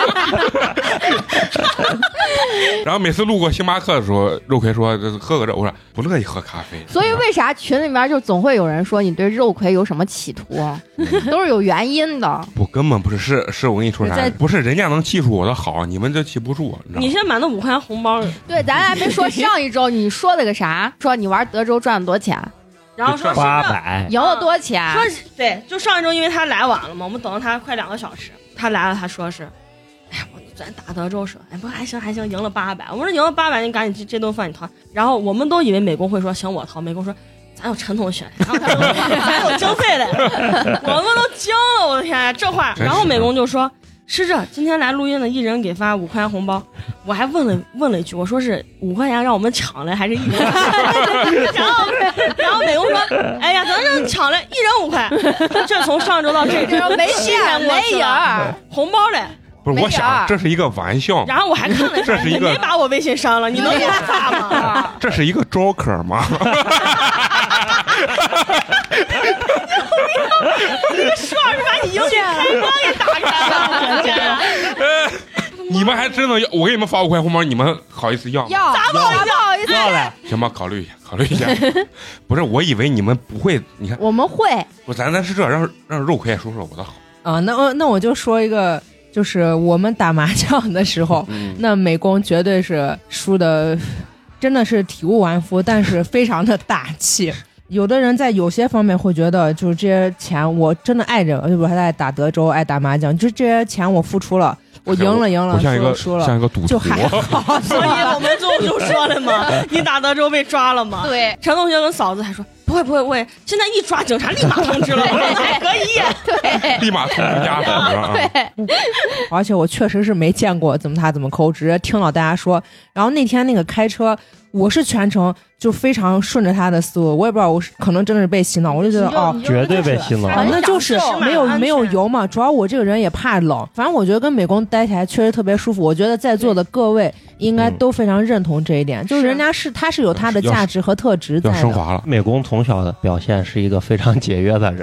然后每次路过星巴克的时候，肉葵说：“喝个这。”我说：“不乐意喝咖啡。” 所以为啥群里面就总会有人说你对肉葵有什么企图？都是有原因的。 我根本不是，是我跟你说啥？不是人家能记住我的好，你们就记不住。 你现在买那5块钱红包， 对，咱还没说上一周你说了个啥？说你玩德州赚了多少钱？ 然后说 800， 赢了多少钱？ 说对，就上一周因为他来晚了嘛，我们等了他快2个小时，他来了，他说是，哎，我昨天打德州说，哎，不还行，赢了800。我说赢了800，你赶紧这顿饭你掏。然后我们都以为美工会说行我掏，美工说咱有陈同学，然后他说咱有经费的，我们都惊了，我的天呀，这话。然后美工就说。是这，今天来录音的一人给发5块钱红包，我还问了一句，我说是5块钱让我们抢了还是1人？然后美工说，哎呀，咱这抢了1人5块，这从上周到这周没钱没影儿， 红包嘞。 不是，我想这是一个玩笑。 然后我还看了， 这是一个没把我微信删了，你能给我发吗？ 这是一个 Joker 吗？ 那个顺儿把你邮件开关给打开了， 你们还真的要？我给你们发5块红包，你们好意思要吗？ 咋不好意思？ 要嘞， 行吧，考虑一下。不是，我以为你们不会，你看我们会。 不，咱是这，让肉葵也说说我的好啊。那我就说一个。就是我们打麻将的时候，那美工绝对是输的真的是体无完肤，但是非常的大气。有的人在有些方面会觉得，就是这些钱我真的爱着，比如说他爱打德州，爱打麻将，就这些钱我付出了，我赢了，输了， 像一个赌徒， 就还好。 所以我们最后就说了嘛，你打德州被抓了吗？ 对， 陈同学跟嫂子还说不会，现在一抓警察立马通知了，还可以， 对， 立马通知家长。 对， 而且我确实是没见过怎么抠，只是听到大家说。然后那天那个开车，我是全程就非常顺着他的思路，我也不知道我是可能真的是被洗脑，我就觉得绝对被洗脑， 那就是没有油嘛。主要我这个人也怕冷，反正我觉得跟美工待起来确实特别舒服。我觉得在座的各位应该都非常认同这一点，就是人家他是有他的价值和特质在的。 要升华了， 美工从小的表现是一个非常节约的人。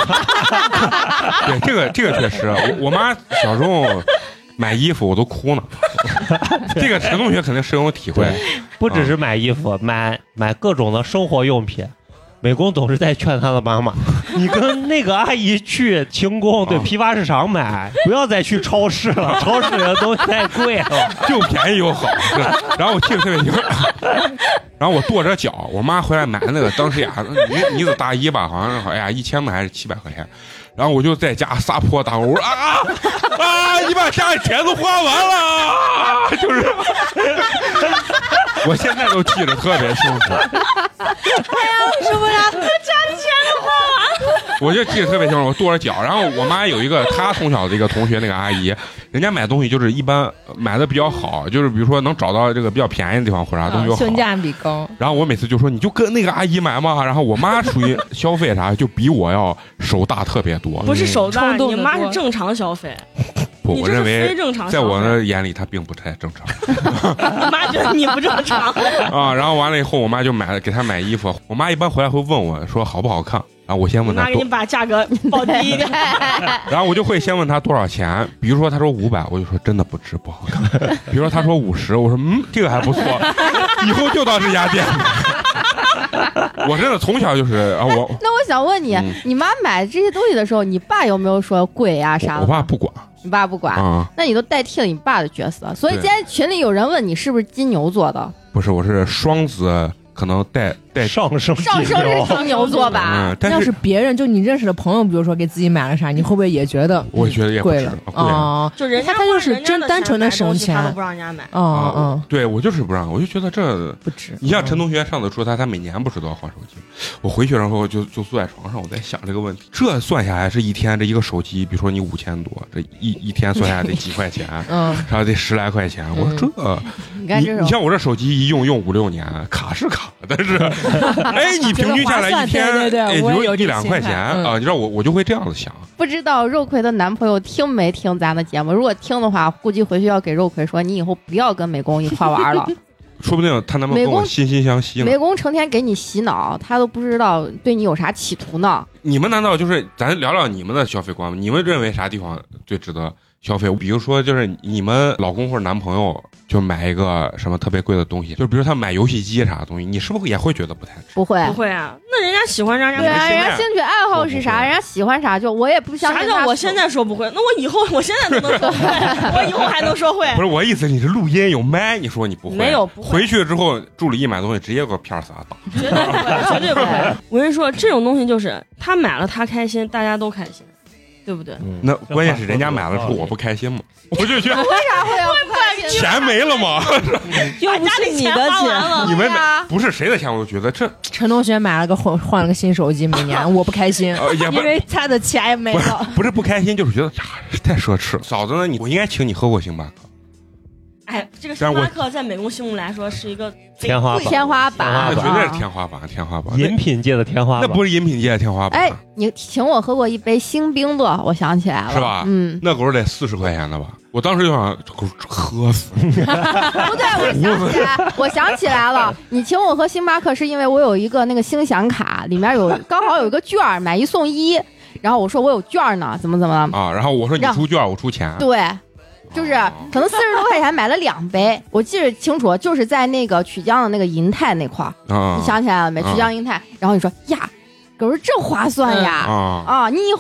对，这个确实，我妈小时候买衣服我都哭呢。这个陈同学肯定深有体会， 不只是买衣服，买各种的生活用品。美工总是在劝他的妈妈：“你跟那个阿姨去轻工对批发市场买，不要再去超市了，超市里的东西太贵了， 又便宜又好。”然后我记得特别清，然后我跺着脚，我妈回来买那个当时呀呢子大衣吧，好像是1000块还是700块钱。然后我就在家撒泼打滚，我说你把家里钱都花完了，就是，我现在都记得特别清楚。 是不是？ 家里钱都花完， 我就记得特别清楚，我跺着脚。然后我妈有一个她从小的一个同学，那个阿姨，人家买东西就是一般买的比较好，就是比如说能找到这个比较便宜的地方或者啥东西好， 性价比高。 然后我每次就说你就跟那个阿姨买嘛。然后我妈属于消费啥就比我要手大特别多， 不是手大，你妈是正常消费。 不，我认为在我的眼里她并不太正常。 你妈觉得你不正常啊？然后完了以后，我妈就给她买衣服。我妈一般回来会问我说好不好看，然后我先问她， 妈给你把价格报低一点。 然后我就会先问她多少钱，比如说她说500，我就说真的不值，不好看。比如说她说50，我说这个还不错，以后就到这家店。我真的从小就是啊， 那我想问你，你妈买这些东西的时候，你爸有没有说贵呀啥的？ 我爸不管。 你爸不管，那你都代替了你爸的角色。所以今天群里有人问你是不是金牛座的？ 不是，我是双子，可能带上升是金牛座吧。 但要是别人就你认识的朋友，比如说给自己买了啥，你会不会也觉得？ 我觉得也贵了啊， 就人家他就是单纯的省钱， 他都不让人家买。 对我就是不让，我就觉得这不值。 你像陈同学上次说他每年不是都要换手机，我回去然后就坐在床上，我在想这个问题，这算下来是一天这一个手机，比如说你5000多，这一天算下来得几块钱，然后得10来块钱。我说这，你像我这手机一用5-6年，卡是卡，但是你平均下来一天也就1-2块钱啊，你知道我就会这样子想。 不知道肉葵的男朋友听没听咱的节目？如果听的话，估计回去要给肉葵说，你以后不要跟美工一块玩了。 说不定她男朋友跟我惺惺相惜呢。 美工成天给你洗脑，他都不知道对你有啥企图呢。 你们难道就是咱聊聊你们的消费观吗？你们认为啥地方最值得消费？比如说就是你们老公或者男朋友就买一个什么特别贵的东西，就比如他买游戏机啥东西，你是不是也会觉得不太值？ 不会啊，那人家喜欢人家对啊，人家兴趣爱好是啥，人家喜欢啥，就我也不相信。 啥叫我现在说不会？那我以后我现在都能说会，我以后还能说会。 不是我意思，你是录音有麦，你说你不会？ 没有，不会。 回去之后助理一买东西，直接给我片撒打。 绝对不会，绝对不会。我跟你说，这种东西就是他买了他开心，大家都开心。对不对？ 那关键是人家买了之后我不开心嘛，我就觉得为啥会要不开心？ 钱没了吗？ 又不是你的钱， 你们不是谁的钱，我就觉得这陈同学买了个换了个新手机，每年我不开心，因为他的钱也没了。 不是不开心，就是觉得太奢侈了。嫂子呢？我应该请你喝过星巴克。 哎，这个星巴克在美工心目来说是一个天花板， 那绝对是天花板， 饮品界的天花板， 那不是饮品界的天花板。 哎，你请我喝过一杯星冰乐，我想起来了， 是吧？ 那狗得40块钱的吧？我当时就想喝死。 不对，我想起来了，你请我喝星巴克是因为我有一个那个星享卡，里面刚好有一个券，买1送1，然后我说我有券呢，怎么啊？然后我说你出券，我出钱。 对。就是可能40多块钱买了2杯，我记得清楚，就是在那个曲江的那个银泰那块儿，你想起来了没？曲江银泰，然后你说呀，可是这划算呀，你以后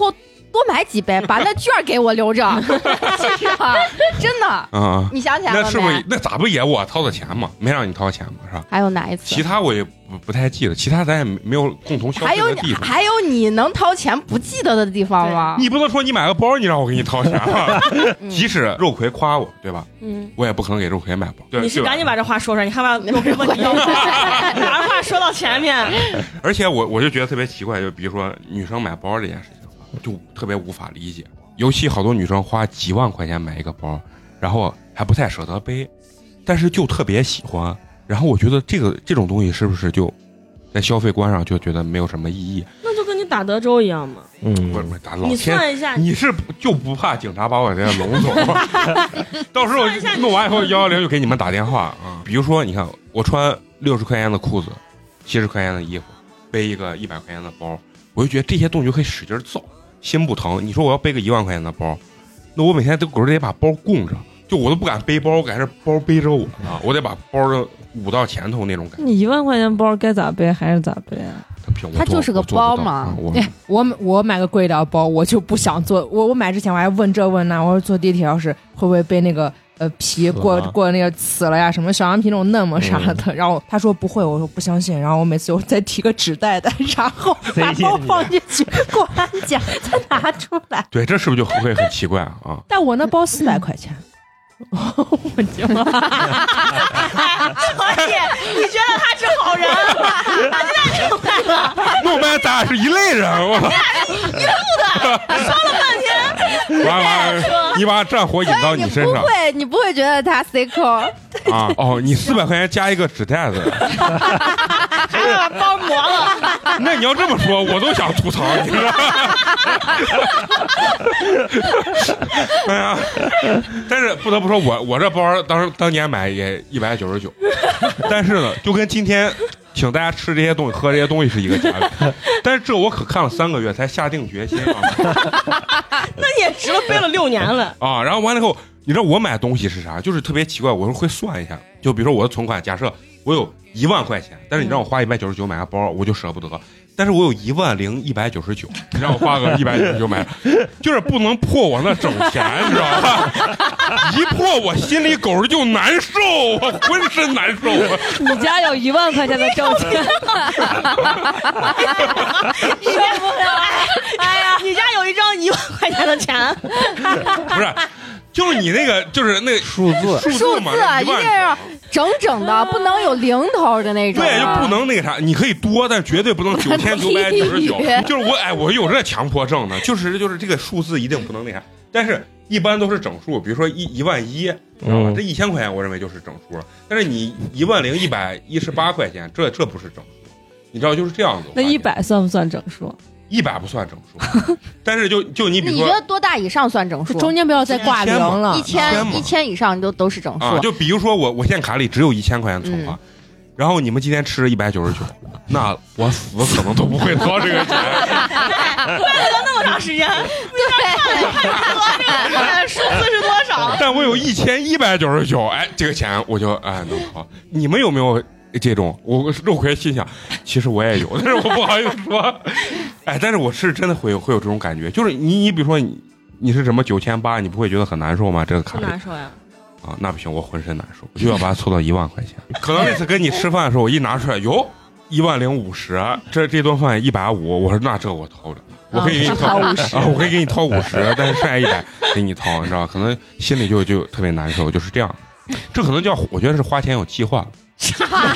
多买几杯，把那券给我留着，是啊，真的。你想起来了没？ 那是不是那咋不也我掏的钱嘛？没让你掏钱嘛，是吧？ 还有哪一次？ 其他我也不太记得，其他咱也没有共同消费的地方。 还有你能掏钱不记得的地方吗？ 你不能说你买个包，你让我给你掏钱吧？即使肉葵夸我，对吧？我也不可能给肉葵买包。对， 你是赶紧把这话说出来，你害怕肉葵问你要把话说到前面。 而且我就觉得特别奇怪，就比如说女生买包这件事情，就特别无法理解。尤其好多女生花几万块钱买一个包，然后还不太舍得背，但是就特别喜欢。然后我觉得这种东西是不是就在消费观上就觉得没有什么意义？ 那就跟你打德州一样嘛。 不是打老天， 你算一下， 你是就不怕警察把我这笼走？到时候弄完以后110就给你们打电话啊。比如说，你看我穿60块钱的裤子，70块钱的衣服，背一个100块钱的包，我就觉得这些东西就可以使劲造，心不疼。你说我要背个1万块钱的包，那我每天都得把包供着，就我都不敢背包，我感觉包背着我啊，我得把包捂到前头那种感觉。 你1万块钱包该咋背还是咋背啊？ 它就是个包嘛。 我买个贵点的包，我就不想坐。我买之前我还问这问那，我说坐地铁要是会不会被那个皮过那个刺了呀，什么小羊皮那种嫩么啥的。然后他说不会，我说不相信。然后我每次我再提个纸袋的，然后把包放进去，过安检再拿出来。 对，这是不是就会很奇怪啊？ 但我那包400块钱。我惊了， 所以你觉得他是好人，他现在明白了。 那我们咱俩是一类人，我操！ 一路的说了半天， 完，你把战火引到你身上， 你不会觉得他 C 扣啊？ 哦，你400块钱加一个纸袋子， 还把包磨了。 那你要这么说，我都想吐槽，你知道吗？哎呀，但是不得不说，我这包当年买也199，但是呢，就跟今天请大家吃这些东西、喝这些东西是一个价格。但是这我可看了3个月才下定决心啊。 那你也值了背了6年了啊！然后完了以后，你知道我买东西是啥？就是特别奇怪，我会算一下，就比如说我的存款，假设我有1万块钱，但是你让我花199买个包，我就舍不得。但是我有10199，你让我花个199买，就是不能破我那整钱，你知道吧？一破我心里狗就难受，我浑身难受。 你家有1万块钱的挣钱， 受不了！哎呀，你家有一张1万块钱的钱， 不是？就是你那个，就是那数字嘛， 一定要整整的，不能有零头的那种。 对，就不能那个啥，你可以多，但绝对不能9999。就是我有这强迫症呢，就是这个数字一定不能那啥。但是一般都是整数，比如说11000，这1000块钱我认为就是整数了。但是你10118块钱，这不是整数，你知道就是这样子。 那100算不算整数 ？100不算整数，但是就你比如说， 你觉得多大以上算整数？ 中间不要再挂零了。 1000以上都是整数。 就比如说我现在卡里只有1000块钱存款，然后你们今天吃199，那我死可能都不会掏这个钱。 怪不得那么长时间，对，看数字是多少？ 但我有1199，哎，这个钱我就能掏。你们有没有？这种我肉葵心想，其实我也有，但是我不好意思说。哎，但是我是真的会有这种感觉，就是你比如说你是什么9800，你不会觉得很难受吗？这个卡不难受呀。 啊，那不行，我浑身难受，我就要把它凑到1万块钱。可能那次跟你吃饭的时候，我一拿出来，哟，10050，这顿饭150，我说那这我掏着。我可以给你掏50我可以给你掏50，但是剩下100给你掏，你知道吧？可能心里就特别难受，就是这样。这可能叫我觉得是花钱有计划。 你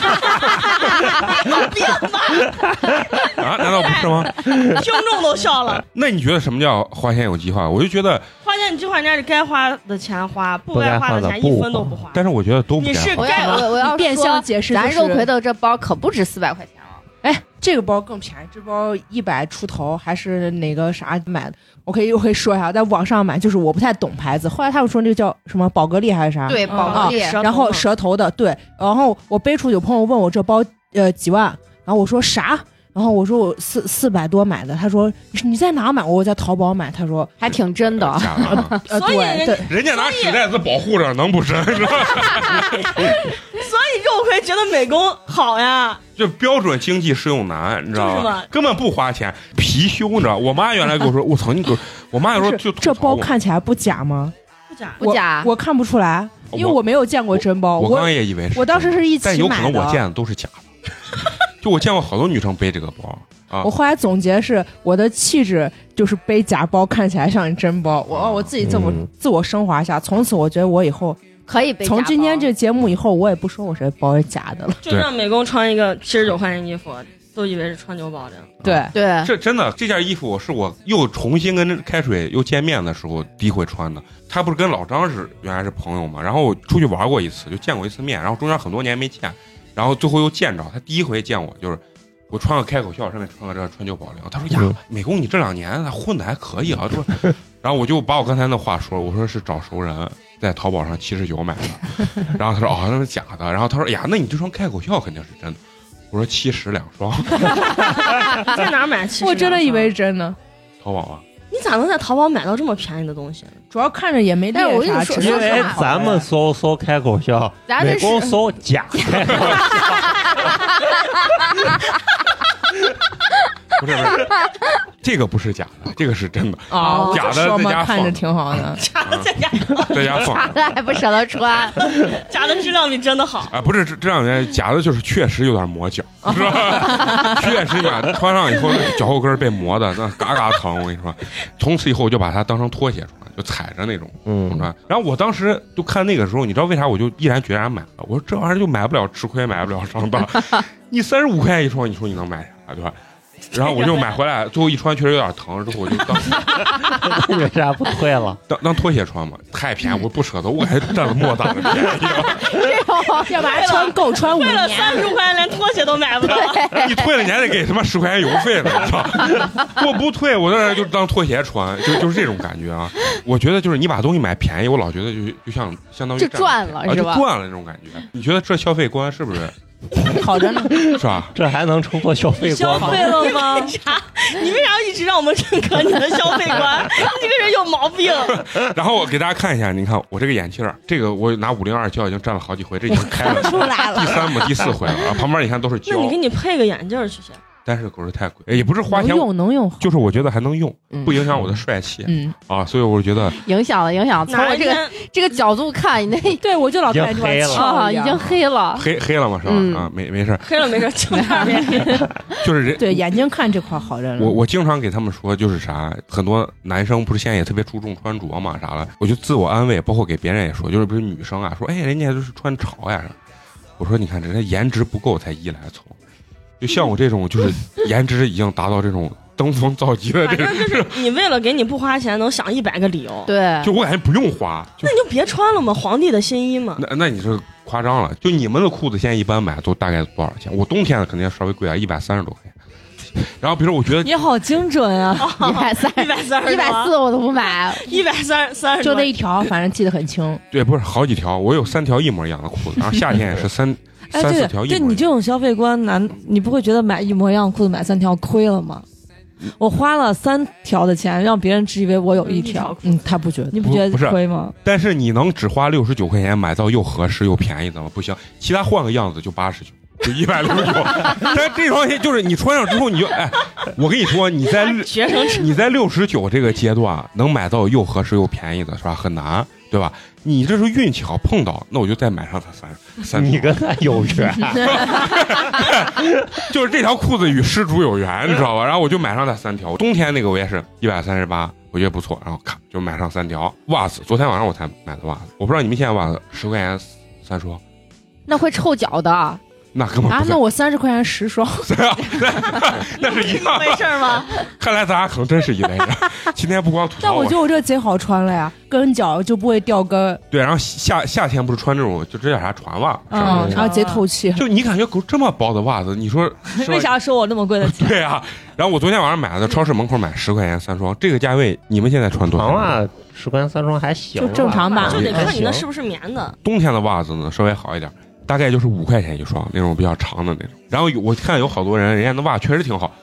有病吧？ 啊？难道不是吗？ 听众都笑了。 那你觉得什么叫花钱有计划？我就觉得花钱有计划，人家是该花的钱花，不该花的钱1分都不花。 但是我觉得都不该花。 你是我要变相解释， 咱肉葵的这包可不止400块钱了。 哎，这个包更便宜，这包100出头，还是哪个啥买的？我可以说一下，在网上买，就是我不太懂牌子。后来他们说那个叫什么宝格丽还是啥？ 对，宝格丽。 然后蛇头的，对。然后我背出有朋友问我这包几万，然后我说啥？ 然后我说我400多买的，他说你在哪买？我在淘宝买。他说还挺真的。 所以对， 人家拿纸袋子保护着，能不真是吧？ 所以肉葵觉得美工好呀， 就标准经济适用男，你知道吧？根本不花钱，貔貅，你知道？我妈原来跟我说，我操，你给我妈说就这包看起来不假吗？ 不假， 我看不出来，因为我没有见过真包。 我刚刚也以为是， 我当时是一起买的， 但有可能我见的都是假的。就我见过好多女生背这个包啊。 我后来总结是我的气质就是背假包看起来像真包。我自己这么自我升华一下，从此我觉得我以后可以背假包。 从今天这节目以后，我也不说我这包是假的了。 就像美工穿一个79块钱衣服，都以为是川久保玲。 对对， 这真的这件衣服是我又重新跟开水又见面的时候第一回穿的。他不是跟老张是原来是朋友嘛，然后我出去玩过一次，就见过一次面，然后中间很多年没见，然后最后又见着他。第一回见我就是我穿个开口笑，上面穿个这川久保玲。他说呀，美工你这2年混的还可以啊。说，然后我就把我刚才那话说，我说是找熟人在淘宝上79买的。然后他说哦那是假的。然后他说呀那你这双开口笑肯定是真的。我说70两双。 在哪儿买70？ 我真的以为是真的。 淘宝啊。 你咋能在淘宝买到这么便宜的东西？ 主要看着也没列啥， 因为咱们搜开口笑，美工搜假开口笑。 不是，这个不是假的，这个是真的。 哦， 假的在家放， 看着挺好的。 假的在家放， 假的还不舍得穿， 假的质量比真的好啊！不是这两年假的，就是确实有点磨脚，是吧？确实嘛，穿上以后脚后跟被磨的那嘎嘎疼，我跟你说。从此以后我就把它当成拖鞋穿，就踩着那种穿。然后我当时就看那个时候，你知道为啥我就毅然决然买了？我说这玩意儿就买不了吃亏，买不了上当。你35块钱一双，你说你能买啥，对吧？然后我就买回来，最后一穿确实有点疼，之后我就当为啥不退了？ 当拖鞋穿嘛，太便宜，我不舍得，我还占了莫大的便宜。 要把它穿够穿5年， 退了30块钱连拖鞋都买不到。 你退了你还得给什么10块钱邮费呢？我不退，我在这就当拖鞋穿，就是这种感觉啊。我觉得就是你把东西买便宜，我老觉得就像相当于就赚了，是吧？ 就赚了这种感觉。你觉得这消费观是不是？ 好着呢， 是吧？ 这还能称作消费观吗？ 消费了吗？你为啥一直让我们认可你的消费观？你这个人有毛病。 然后我给大家看一下，你看我这个眼镜儿，这个我拿502胶已经占了好几回，这已经开了出来了第3么第4回了啊！旁边你看都是胶。 那你给你配个眼镜去先。 但是可是太贵，也不是花钱能用， 就是我觉得还能用，不影响我的帅气。所以我觉得影响了。从我这个角度看，你那对我就老看黑了啊，已经黑了， 黑了嘛是吧？啊，没事， 黑了没事， 就是人对眼睛看这块好着呢。 我经常给他们说，就是啥，很多男生不是现在也特别注重穿着嘛啥了，我就自我安慰，包括给别人也说，就是不是女生啊，说哎人家都是穿潮呀，我说你看人家颜值不够才1来凑。就像我这种，就是颜值已经达到这种登峰造极的这种， 就是你为了给你不花钱，能想100个理由。 对， 就我感觉不用花， 那你就别穿了嘛，皇帝的新衣嘛。 那你这夸张了。就你们的裤子现在一般买都大概多少钱？我冬天的肯定稍微贵啊，130多块钱。然后比如说我觉得你好精准啊 ，140我都不买 ，130 就那一条，反正记得很清。 对，不是好几条，我有3条一模一样的裤子，然后夏天也是3、4条一模一样。 对你这种消费观，你不会觉得买一模一样裤子买3条亏了吗？我花了3条的钱，让别人只以为我有1条， 他不觉得， 你不觉得亏吗？ 但是你能只花69块钱买到又合适又便宜的吗？不行，其他换个样子就89。就169，但这双鞋就是你穿上之后，你就我跟你说，你在69这个阶段能买到又合适又便宜的是吧？很难，对吧？你这是运气好碰到，那我就再买上它3。 你跟他有缘， 就是这条裤子与失主有缘，你知道吧？然后我就买上它3条。冬天那个我也是138，我觉得不错，然后咔就买上3条袜子。昨天晚上我才买的袜子，我不知道你们现在袜子10块钱3双， 那会臭脚的。 那根本不那我30块钱10双， 那是一样回事吗？ 看来咱俩可能真是一类人。今天不光吐槽， 但我觉得我这贼好穿了呀，跟脚就不会掉跟。 对，然后夏天不是穿这种就这叫啥船袜， 然后贼透气。 就你感觉这么薄的袜子，你说为啥收我那么贵的钱？ 对啊，然后我昨天晚上买的，超市门口买10块钱3双，这个价位你们现在穿多少？ 长袜10块钱3双还行， 就正常吧， 就得看你那是不是棉的。 冬天的袜子呢稍微好一点。 大概就是5块钱一双那种比较长的那种。然后我看有好多人，人家的袜确实挺好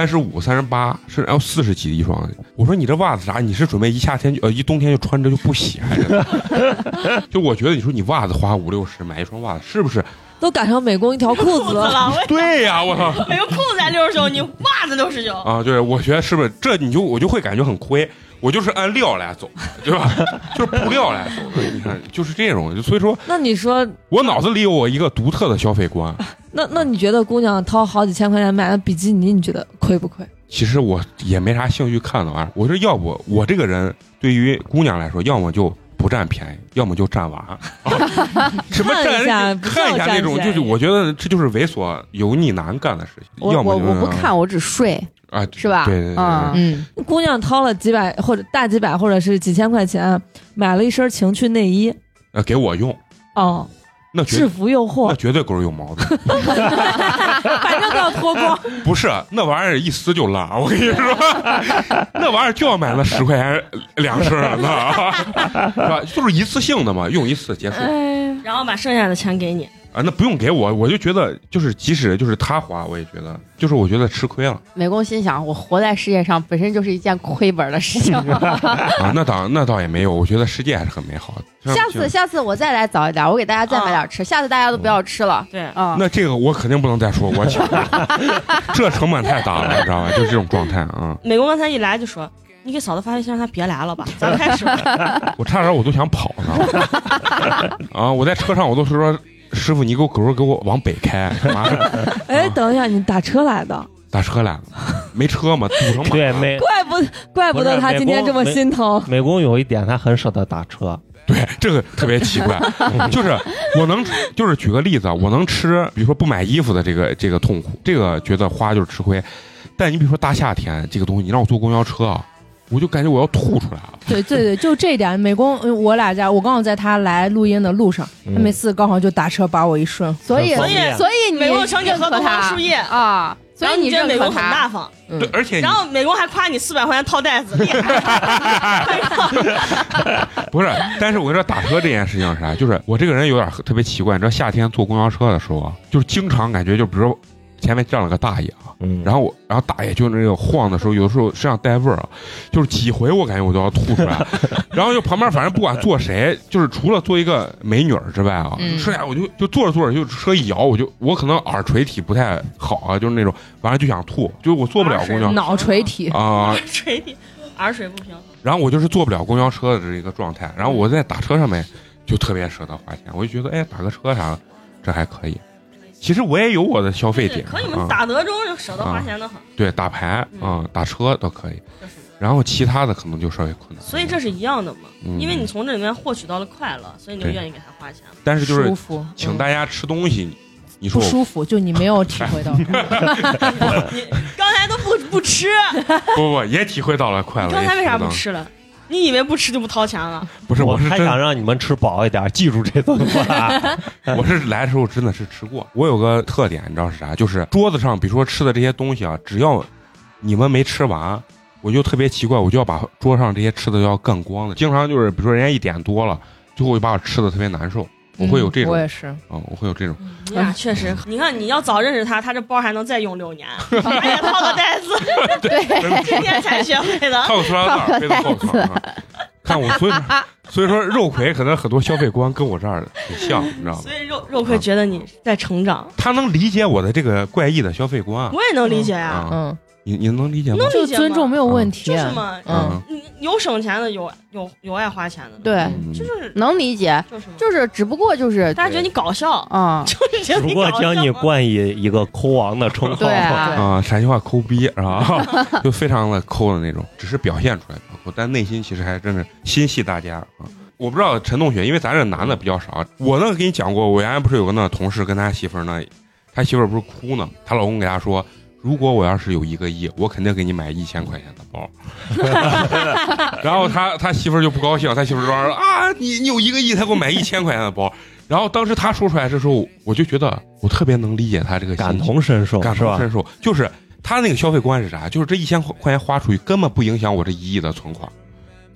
，35、38甚至要40几一双。我说你这袜子啥？你是准备一夏天一冬天就穿着就不洗还是？就我觉得你说你袜子花5、60买一双袜子，是不是？ 都赶上美工一条裤子了。 对呀，我操！ 美工裤子才69，你袜子69 啊？对，我觉得是不是这我就会感觉很亏。我就是按料来走，对吧？就是布料来走的，你看，就是这种。所以说， 那你说， 我脑子里有我一个独特的消费观。 那你觉得姑娘掏好几千块钱买的比基尼，你觉得亏不亏？ 其实我也没啥兴趣看那玩意儿。我说，要不我这个人对于姑娘来说，要么就不占便宜，要么就占完。什么占？看一下那种，就是我觉得这就是猥琐油腻男干的事情。要么我不看，我只睡。 啊， 是吧？ 对， 姑娘掏了几百或者大几百或者是几千块钱，买了一身情趣内衣， 给我用。 哦， 那制服诱惑， 那绝对狗有毛病。 反正都要脱光。 不是，那玩意儿一撕就拉，我跟你说，那玩意儿就要买那10块钱2身呢，是吧？就是一次性的嘛，用一次结束， 然后把剩下的钱给你。 啊，那不用给我，我就觉得就是即使就是他花，我也觉得就是我觉得吃亏了。 美工心想，我活在世界上本身就是一件亏本的事情。 啊，那倒也没有，我觉得世界还是很美好的。 下次我再来早一点，我给大家再买点吃。下次大家都不要吃了。 对啊， 那这个我肯定不能再说我请，这成本太大了，你知道吧？就是这种状态啊。 美工刚才一来就说。你给嫂子发微信让她别来了吧，咱们开始。 我差点我都想跑呢。啊！我在车上我都说师傅，你给我往北开。 哎，等一下，你打车来的？ 打车来了，没车嘛，堵成马。 对， 怪不得他今天这么心疼。 美工有一点，他很舍得打车。 对，这个特别奇怪，就是我能，就是举个例子，我能吃，比如说不买衣服的这个痛苦，这个觉得花就是吃亏。但你比如说大夏天这个东西，你让我坐公交车啊。我就感觉我要吐出来了。 对，就这一点，美工，我刚好在他来录音的路上，他每次刚好就打车把我一顺， 所以你美工请你喝东方树叶啊， 所以你觉得美工很大方。 对，而且然后美工还夸你400块钱套袋子，厉害。 不是，但是我跟你说打车这件事情是啥？就是我这个人有点特别奇怪，你知道夏天坐公交车的时候啊，就是经常感觉就比如说前面站了个大爷啊。然后大爷就那个晃的时候，有的时候身上带味儿啊，就是几回我感觉我都要吐出来。然后就旁边反正不管坐谁，就是除了坐一个美女之外啊，剩下我就坐着就车一摇，我可能耳垂体不太好啊，就是那种晚上就想吐，就是我坐不了公交， 脑垂体啊， 垂体耳水不平衡。 然后我就是坐不了公交车的这一个状态，然后我在打车上面就特别舍得花钱，我就觉得打个车啥这还可以。其实我也有我的消费点， 可你们打德州就舍得花钱的很。 对，打牌打车都可以，然后其他的可能就稍微困难。 所以这是一样的嘛，因为你从这里面获取到了快乐，所以你就愿意给他花钱。 但是就是请大家吃东西，你说不舒服，就你没有体会到。 你刚才都不吃， 不也体会到了快乐。 刚才为啥不吃了？你以为不吃就不掏钱了？ 不是，我是还想让你们吃饱一点，记住这顿饭。 我是来的时候真的是吃过。我有个特点，你知道是啥？就是桌子上，比如说吃的这些东西啊，只要你们没吃完，我就特别奇怪，我就要把桌上这些吃的要干光的。经常就是，比如说人家1点多了，最后就把我吃的特别难受。我会有这种， 我也是我会有这种。 你俩确实，你看你要早认识他，他这包还能再用6年，还得套个袋子。 对， 今天才学会的。 套个塑料袋，背到后头。看我，所以说肉葵可能很多消费观跟我这儿很像，你知道吗？ 所以肉葵觉得你在成长， 他能理解我的这个怪异的消费观。 我也能理解呀。 你能理解吗？ 能理解就尊重没有问题， 就是嘛。有省钱的，有爱花钱的， 对， 就是能理解，就是只不过就是大家觉得你搞笑啊， 就是觉得只不过将你冠以一个抠王的称号， 对啊， 陕西话抠逼是吧？就非常的抠的那种，只是表现出来的抠，但内心其实还真是心系大家啊。我不知道陈同学，因为咱这男的比较少，我跟你讲过，我原来不是有个那同事跟他媳妇儿呢，他媳妇儿不是哭呢，他老公给他说。如果我要是有1个亿，我肯定给你买1000块钱的包。然后他媳妇儿就不高兴，他媳妇儿说啊，你有1个亿才给我买1000块钱的包。然后当时他说出来的时候，我就觉得我特别能理解他这个感同身受， 就是他那个消费观是啥？就是这1000块钱花出去根本不影响我这1亿的存款。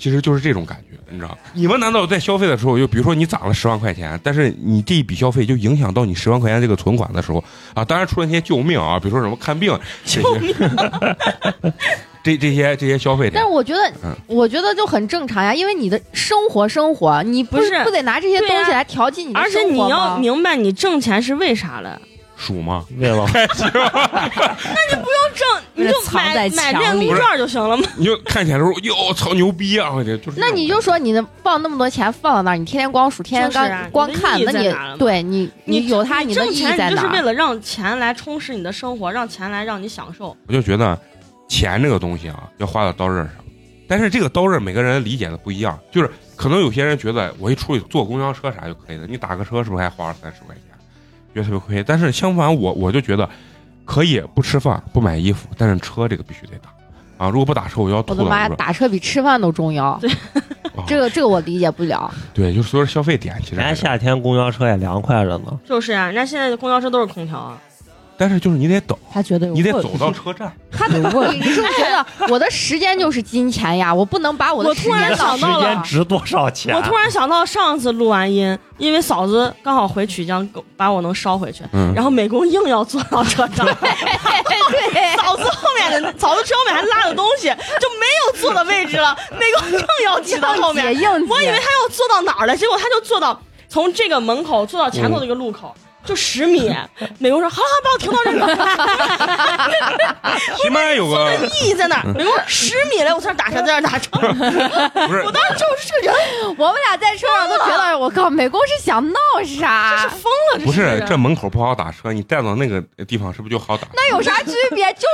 其实就是这种感觉，你知道？你们难道在消费的时候，就比如说你攒了10万块钱，但是你这一笔消费就影响到你10万块钱这个存款的时候啊？当然除了那些救命啊，比如说什么看病，救命，这些消费点。 但是我觉得就很正常呀，因为你的生活，你不得拿这些东西来调剂你的生活吗？ 而且你要明白，你挣钱是为啥了？ 数吗？ 为了开心吗？ 那你不用挣，你就买练功券就行了吗？ 你就看钱的时候，哟，操牛逼啊！就是那你就说你放那么多钱放到那儿，你天天光数，天天光看，那你对你有它你的意义在哪？ 就是为了让钱来充实你的生活，让钱来让你享受。 我就觉得钱这个东西啊，要花到刀刃上，但是这个刀刃每个人理解的不一样，就是可能有些人觉得我一出去坐公交车啥就可以了，你打个车是不是还花了30块钱？觉得特别亏，但是相反我就觉得可以不吃饭不买衣服，但是车这个必须得打啊！如果不打车我就要吐了。 我的妈呀，打车比吃饭都重要。对，这个我理解不了。 对，就是所有消费点其实。 人家夏天公交车也凉快着呢。 就是啊，人家现在公交车都是空调啊。 但是就是你得等， 他觉得你得走到车站。 你是不是觉得我的时间就是金钱呀？我不能把我的时间想到了时间值多少钱？ 我突然想到上次录完音，因为嫂子刚好回曲江，把我能捎回去，然后美工硬要坐到车上，对，嫂子车后面还拉着东西，就没有坐的位置了，美工硬要挤到后面，我以为他要坐到哪儿了，结果他就坐到从这个门口坐到前头这个路口。就10米，美工说：“好，把我停到这个。” 起码有个意义在哪？美工10米来，我在那打车，在那打车。 不是， 我当时就是这个人。 我们俩在车上都觉得，我靠，美工是想闹啥？ 这是疯了！ 不是，这门口不好打车，你带到那个地方是不是就好打？ 那有啥区别？就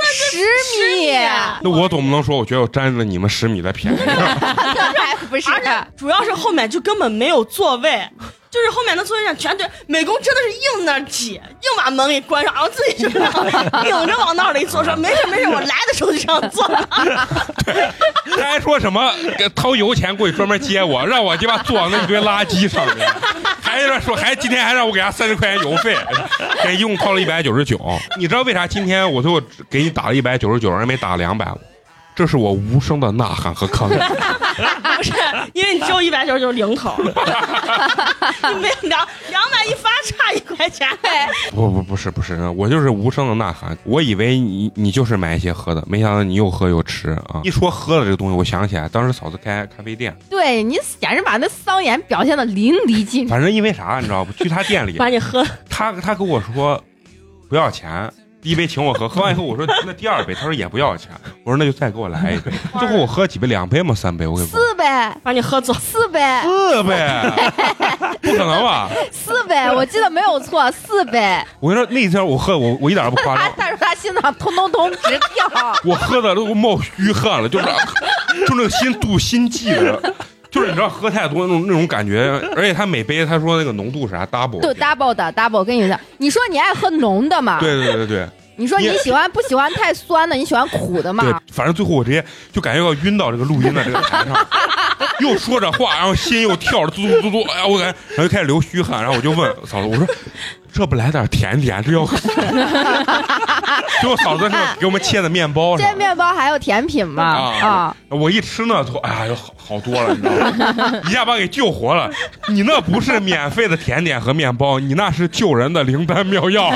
10米。 那我总不能说，我觉得我占了你们10米的便宜。 不是， 主要是后面就根本没有座位。就是后面的座位上全对，美工真的是硬那儿挤，硬把门给关上，然后自己就这样拧着往那里坐，说没事，我来的时候就这样坐了。 对，他还说什么掏油钱过去专门接我，让我鸡巴坐那一堆垃圾上面，还今天还让我给他30块钱油费，给一共掏了199。你知道为啥今天我最后给你打了199，人没打250？这是我无声的呐喊和抗议。 不是，因为你只有199零头，你没200一发差1块钱。 不是，我就是无声的呐喊。我以为你就是买一些喝的，没想到你又喝又吃啊！一说喝的这个东西，我想起来当时嫂子开咖啡店， 对你简直把那桑眼表现的淋漓尽致。 反正因为啥你知道不？去他店里， 把你喝， 他跟我说不要钱。第一杯请我喝，喝完以后我说那第2杯，他说也不要钱，我说那就再给我来一杯。最后我喝几杯，2杯吗？3杯？我给 4杯， 把你喝走 4杯 ，4杯，不可能吧 ？4杯，我记得没有错，4杯。 我跟你说那天我喝我一点都不夸张， 他说他心脏通直跳， 我喝的都冒虚汗了，就那个心镀心悸的。就是你知道喝太多那种感觉，而且他每杯他说那个浓度是啥 double， 对 double。跟你讲，你说你爱喝浓的嘛？ 对。 你说你不喜欢太酸的，你喜欢苦的嘛？ 对，反正最后我直接就感觉要晕到这个录音的这个台上，又说着话，然后心又跳着嘟，哎呀，我感觉然后就开始流虚汗，然后我就问嫂子，我说这不来点甜点，这要结果嫂子是给我们切的面包， 这面包还有甜品嘛？啊！ 我一吃呢，哎呀，好多了，你知道吗？一下把给救活了。你那不是免费的甜点和面包，你那是救人的灵丹妙药。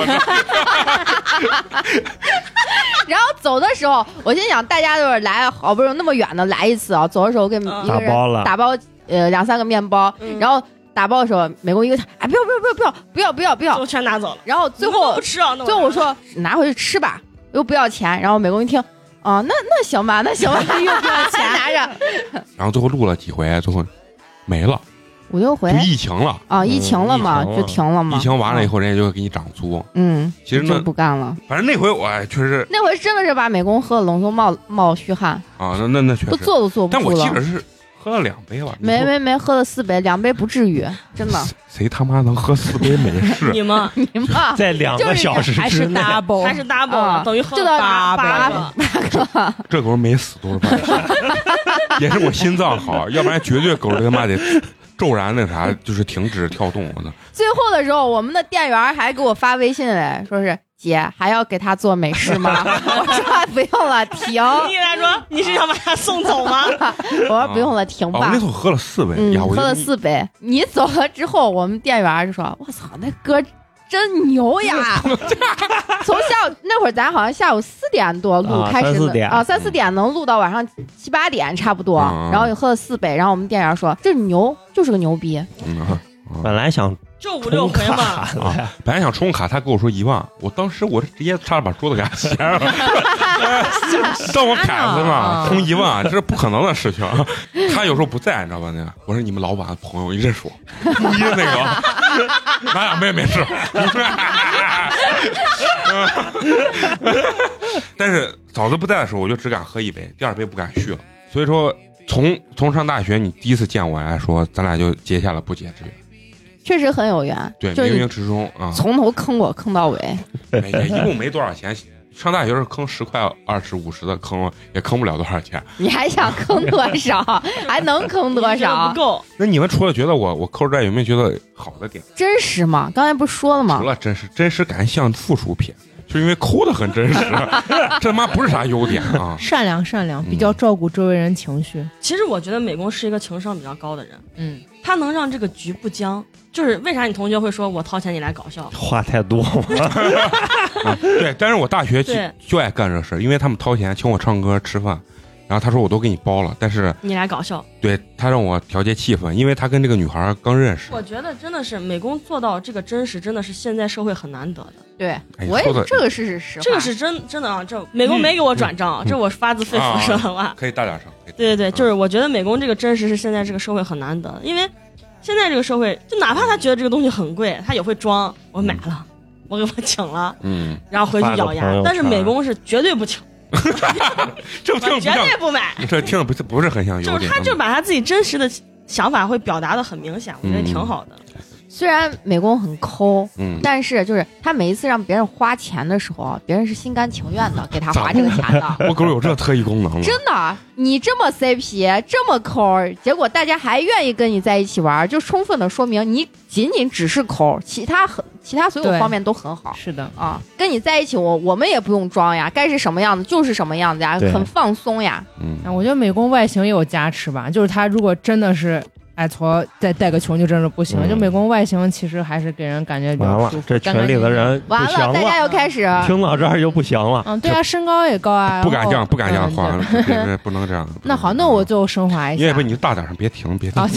然后走的时候，我心想，大家都是来，好不容易那么远的来一次啊，走的时候给一个人打包2-3个面包，然后。打包的时候，美工一个哎不要， 都全拿走了。 然后最后不吃啊， 最后我说拿回去吃吧，又不要钱。然后美工一听，哦，那行吧，又不要钱拿着。 然后最后录了几回，最后没了 ，5、6回， 就疫情了啊，疫情了嘛，就停了嘛。 疫情完了以后，人家就给你涨租。其实就不干了。 反正那回我确实， 那回真的是把美工喝的隆中冒虚汗啊，那确实都坐不住了。 但我记得是。喝了2杯吧？ 没喝了4杯，2杯不至于，真的。 谁他妈能喝4杯美式？ 你们在2个小时还是 double， 还是 double，等于喝了8个。 这狗没死都是半天，也是我心脏好，要不然绝对狗他妈得骤然那啥，就是停止跳动了。 最后的时候，我们的店员还给我发微信来说是。 姐还要给他做美式吗？我说不用了，停。 你跟他说你是想把他送走吗？ 我说不用了，停吧。 那时候喝了4杯， 喝了4杯。你走了之后，我们店员就说：“我操，那哥真牛呀！”从下午那会儿，咱好像下午4点多录开始的啊，3、4点能录到晚上7、8点差不多。然后又喝了4杯，然后我们店员说：“这牛就是个牛逼。” 本来想就5、6回嘛， 本来想充卡，他跟我说1万，我当时我直接差点把桌子给他掀了，让我凯子嘛，充1万，这是不可能的事情。他有时候不在，你知道吧？那个，我说你们老板的朋友，你认识我，录音那个，哪俩没事。但是嫂子不在的时候，我就只敢喝1杯，第2杯不敢续了。所以说，从上大学你第一次见我来说，咱俩就结下了不解之缘。 确实很有缘， 对，冥冥之中啊， 从头坑我坑到尾， 也一共没多少钱。上大学是坑10块、20、50的坑，也坑不了多少钱。 你还想坑多少？还能坑多少？ 不够。 那你们除了觉得我抠这有没有觉得好的点？ 真实吗？刚才不是说了吗？ 除了真实感像附属品，就因为抠的很真实，这妈不是啥优点啊。 善良，比较照顾周围人情绪。 其实我觉得美工是一个情商比较高的人，他能让这个局不僵。就是为啥你同学会说我掏钱你来搞笑？ 话太多对，但是我大学就爱干这事，因为他们掏钱请我唱歌吃饭，然后他说我都给你包了，但是你来搞笑。 对，他让我调节气氛，因为他跟这个女孩刚认识。 我觉得真的是美工做到这个真实，真的是现在社会很难得的。 对，我也这个是实话， 这个是真的啊！这美工没给我转账，这我发自肺腑说的话。 可以大点声。 对，就是我觉得美工这个真实是现在这个社会很难得的，因为现在这个社会，就哪怕他觉得这个东西很贵，他也会装我买了，我给我请了，然后回去咬牙。但是美工是绝对不请， 这听绝对不买。 这听着不是很像优点， 就是他就把他自己真实的想法会表达的很明显，我觉得挺好的。 虽然美工很抠，但是就是他每一次让别人花钱的时候，别人是心甘情愿的给他花这个钱的。 我狗有这特异功能了， 真的，你这么 CP 这么抠，结果大家还愿意跟你在一起玩，就充分的说明你仅只是抠，其他所有方面都很好。 是的啊，跟你在一起，我们也不用装呀，该是什么样子就是什么样子呀，很放松呀。 我觉得美工外形也有加持吧，就是他如果真的是。爱矬再带个穷就真是不行，就美工外形其实还是给人感觉比较舒服。 这群里的人完了，大家又开始听到这儿就不行了。 对啊，身高也高啊， 不敢这样话，不能这样。 那好，那我就升华一下。 因为你大点声，别停。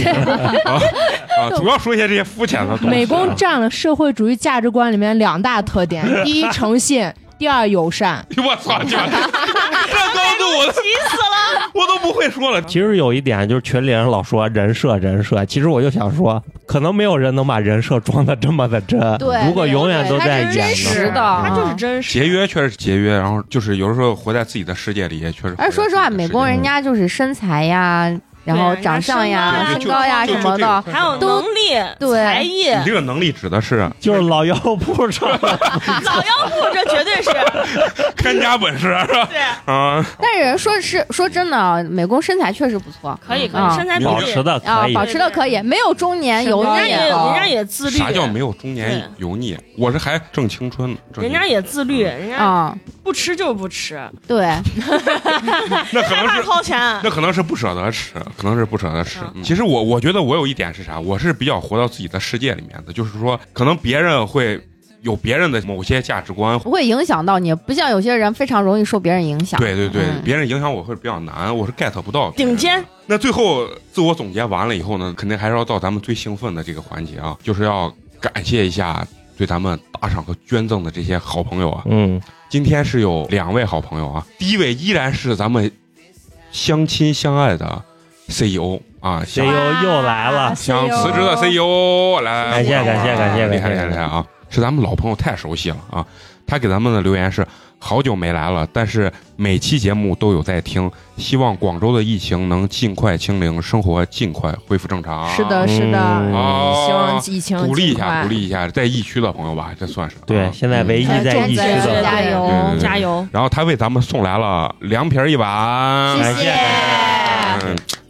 主要说一些这些肤浅的东西。 美工占了社会主义价值观里面2大特点：第一，诚信；第2，友善。 我操！这高度我急死了， 我都不会说了。 其实有一点就是群里人老说人设，其实我就想说，可能没有人能把人设装的这么的真。 对， 如果永远都在演真实的， 他就是真实。 节约确实是节约，然后就是有的时候活在自己的世界里，也确实。 而说实话，美工人家就是身材呀。然后长相呀、身高呀什么的， 还有能力、才艺。 你这个能力指的是就是老腰部上， 老腰部这绝对是看家本事，是吧？ 对啊。 但是说真的，美工身材确实不错， 可以，身材保持的可以， 保持的可以，没有中年油腻， 人家也自律。 啥叫没有中年油腻？我是还正青春呢。 人家也自律，人家不吃就是不吃。 对， 那可能是掏钱， 那可能是不舍得吃。其实我觉得我有一点是啥，我是比较活到自己的世界里面的，就是说可能别人会有别人的某些价值观， 不会影响到你，不像有些人非常容易受别人影响。 对，别人影响我会比较难，我是 get 不到。 顶尖。 那最后自我总结完了以后呢，肯定还是要到咱们最兴奋的这个环节啊，就是要感谢一下对咱们打赏和捐赠的这些好朋友啊。今天是有2位好朋友啊，第一位依然是咱们相亲相爱的CEO 啊 ，CEO 又来了， 想辞职的 CEO 来， 感谢， 厉害啊！是咱们老朋友，太熟悉了啊！他给咱们的留言是：好久没来了，但是每期节目都有在听，希望广州的疫情能尽快清零，生活尽快恢复正常。 是的，希望疫情鼓励一下，在疫区的朋友吧，这算是对。现在唯一在疫区的， 加油！ 然后他为咱们送来了凉皮1碗， 谢谢。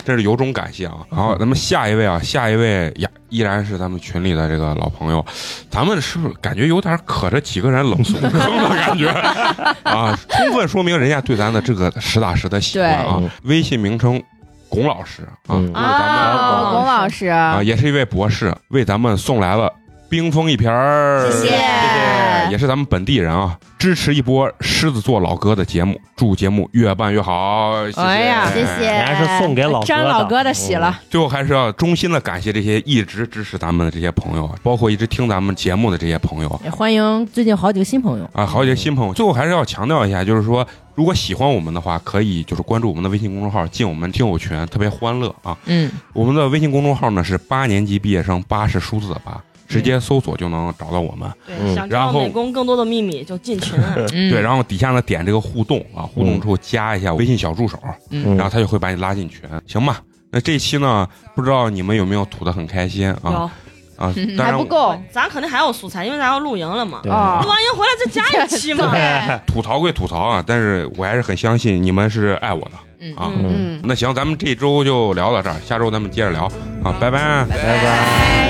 真是由衷感谢啊。好，咱们下一位呀，依然是咱们群里的这个老朋友，咱们是不是感觉有点可着几个人冷怂坑的感觉啊？充分说明人家对咱的这个实打实的喜欢啊。微信名称龚老师啊，为咱们龚老师啊，也是一位博士，为咱们送来了冰封一瓶儿， 谢谢， 也是咱们本地人啊，支持一波狮子座老哥的节目，祝节目越办越好，谢谢， 哎呀， 谢谢， 还是送给老哥的， 沾老哥的喜了。 最后还是要衷心的感谢这些一直支持咱们的这些朋友，包括一直听咱们节目的这些朋友， 也欢迎最近好几个新朋友啊，好几个新朋友。最后还是要强调一下，就是说，如果喜欢我们的话，可以就是关注我们的微信公众号，进我们听友群，特别欢乐啊。我们的微信公众号呢是8年级毕业生，8是数字的8。直接搜索就能找到我们。 对，想知道美工更多的秘密就进群。 对，然后底下呢点这个互动啊，互动之后加一下微信小助手，然后他就会把你拉进群，行吧？那这一期呢，不知道你们有没有吐得很开心啊？啊，当然还不够， 咱肯定还有素材，因为咱要露营了嘛。 啊， 录完营回来再加一期嘛。 吐槽归吐槽啊，但是我还是很相信你们是爱我的。啊，那行，咱们这一周就聊到这儿，下周咱们接着聊啊，拜拜， 拜拜。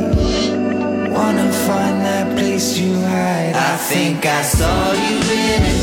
I think I saw you in a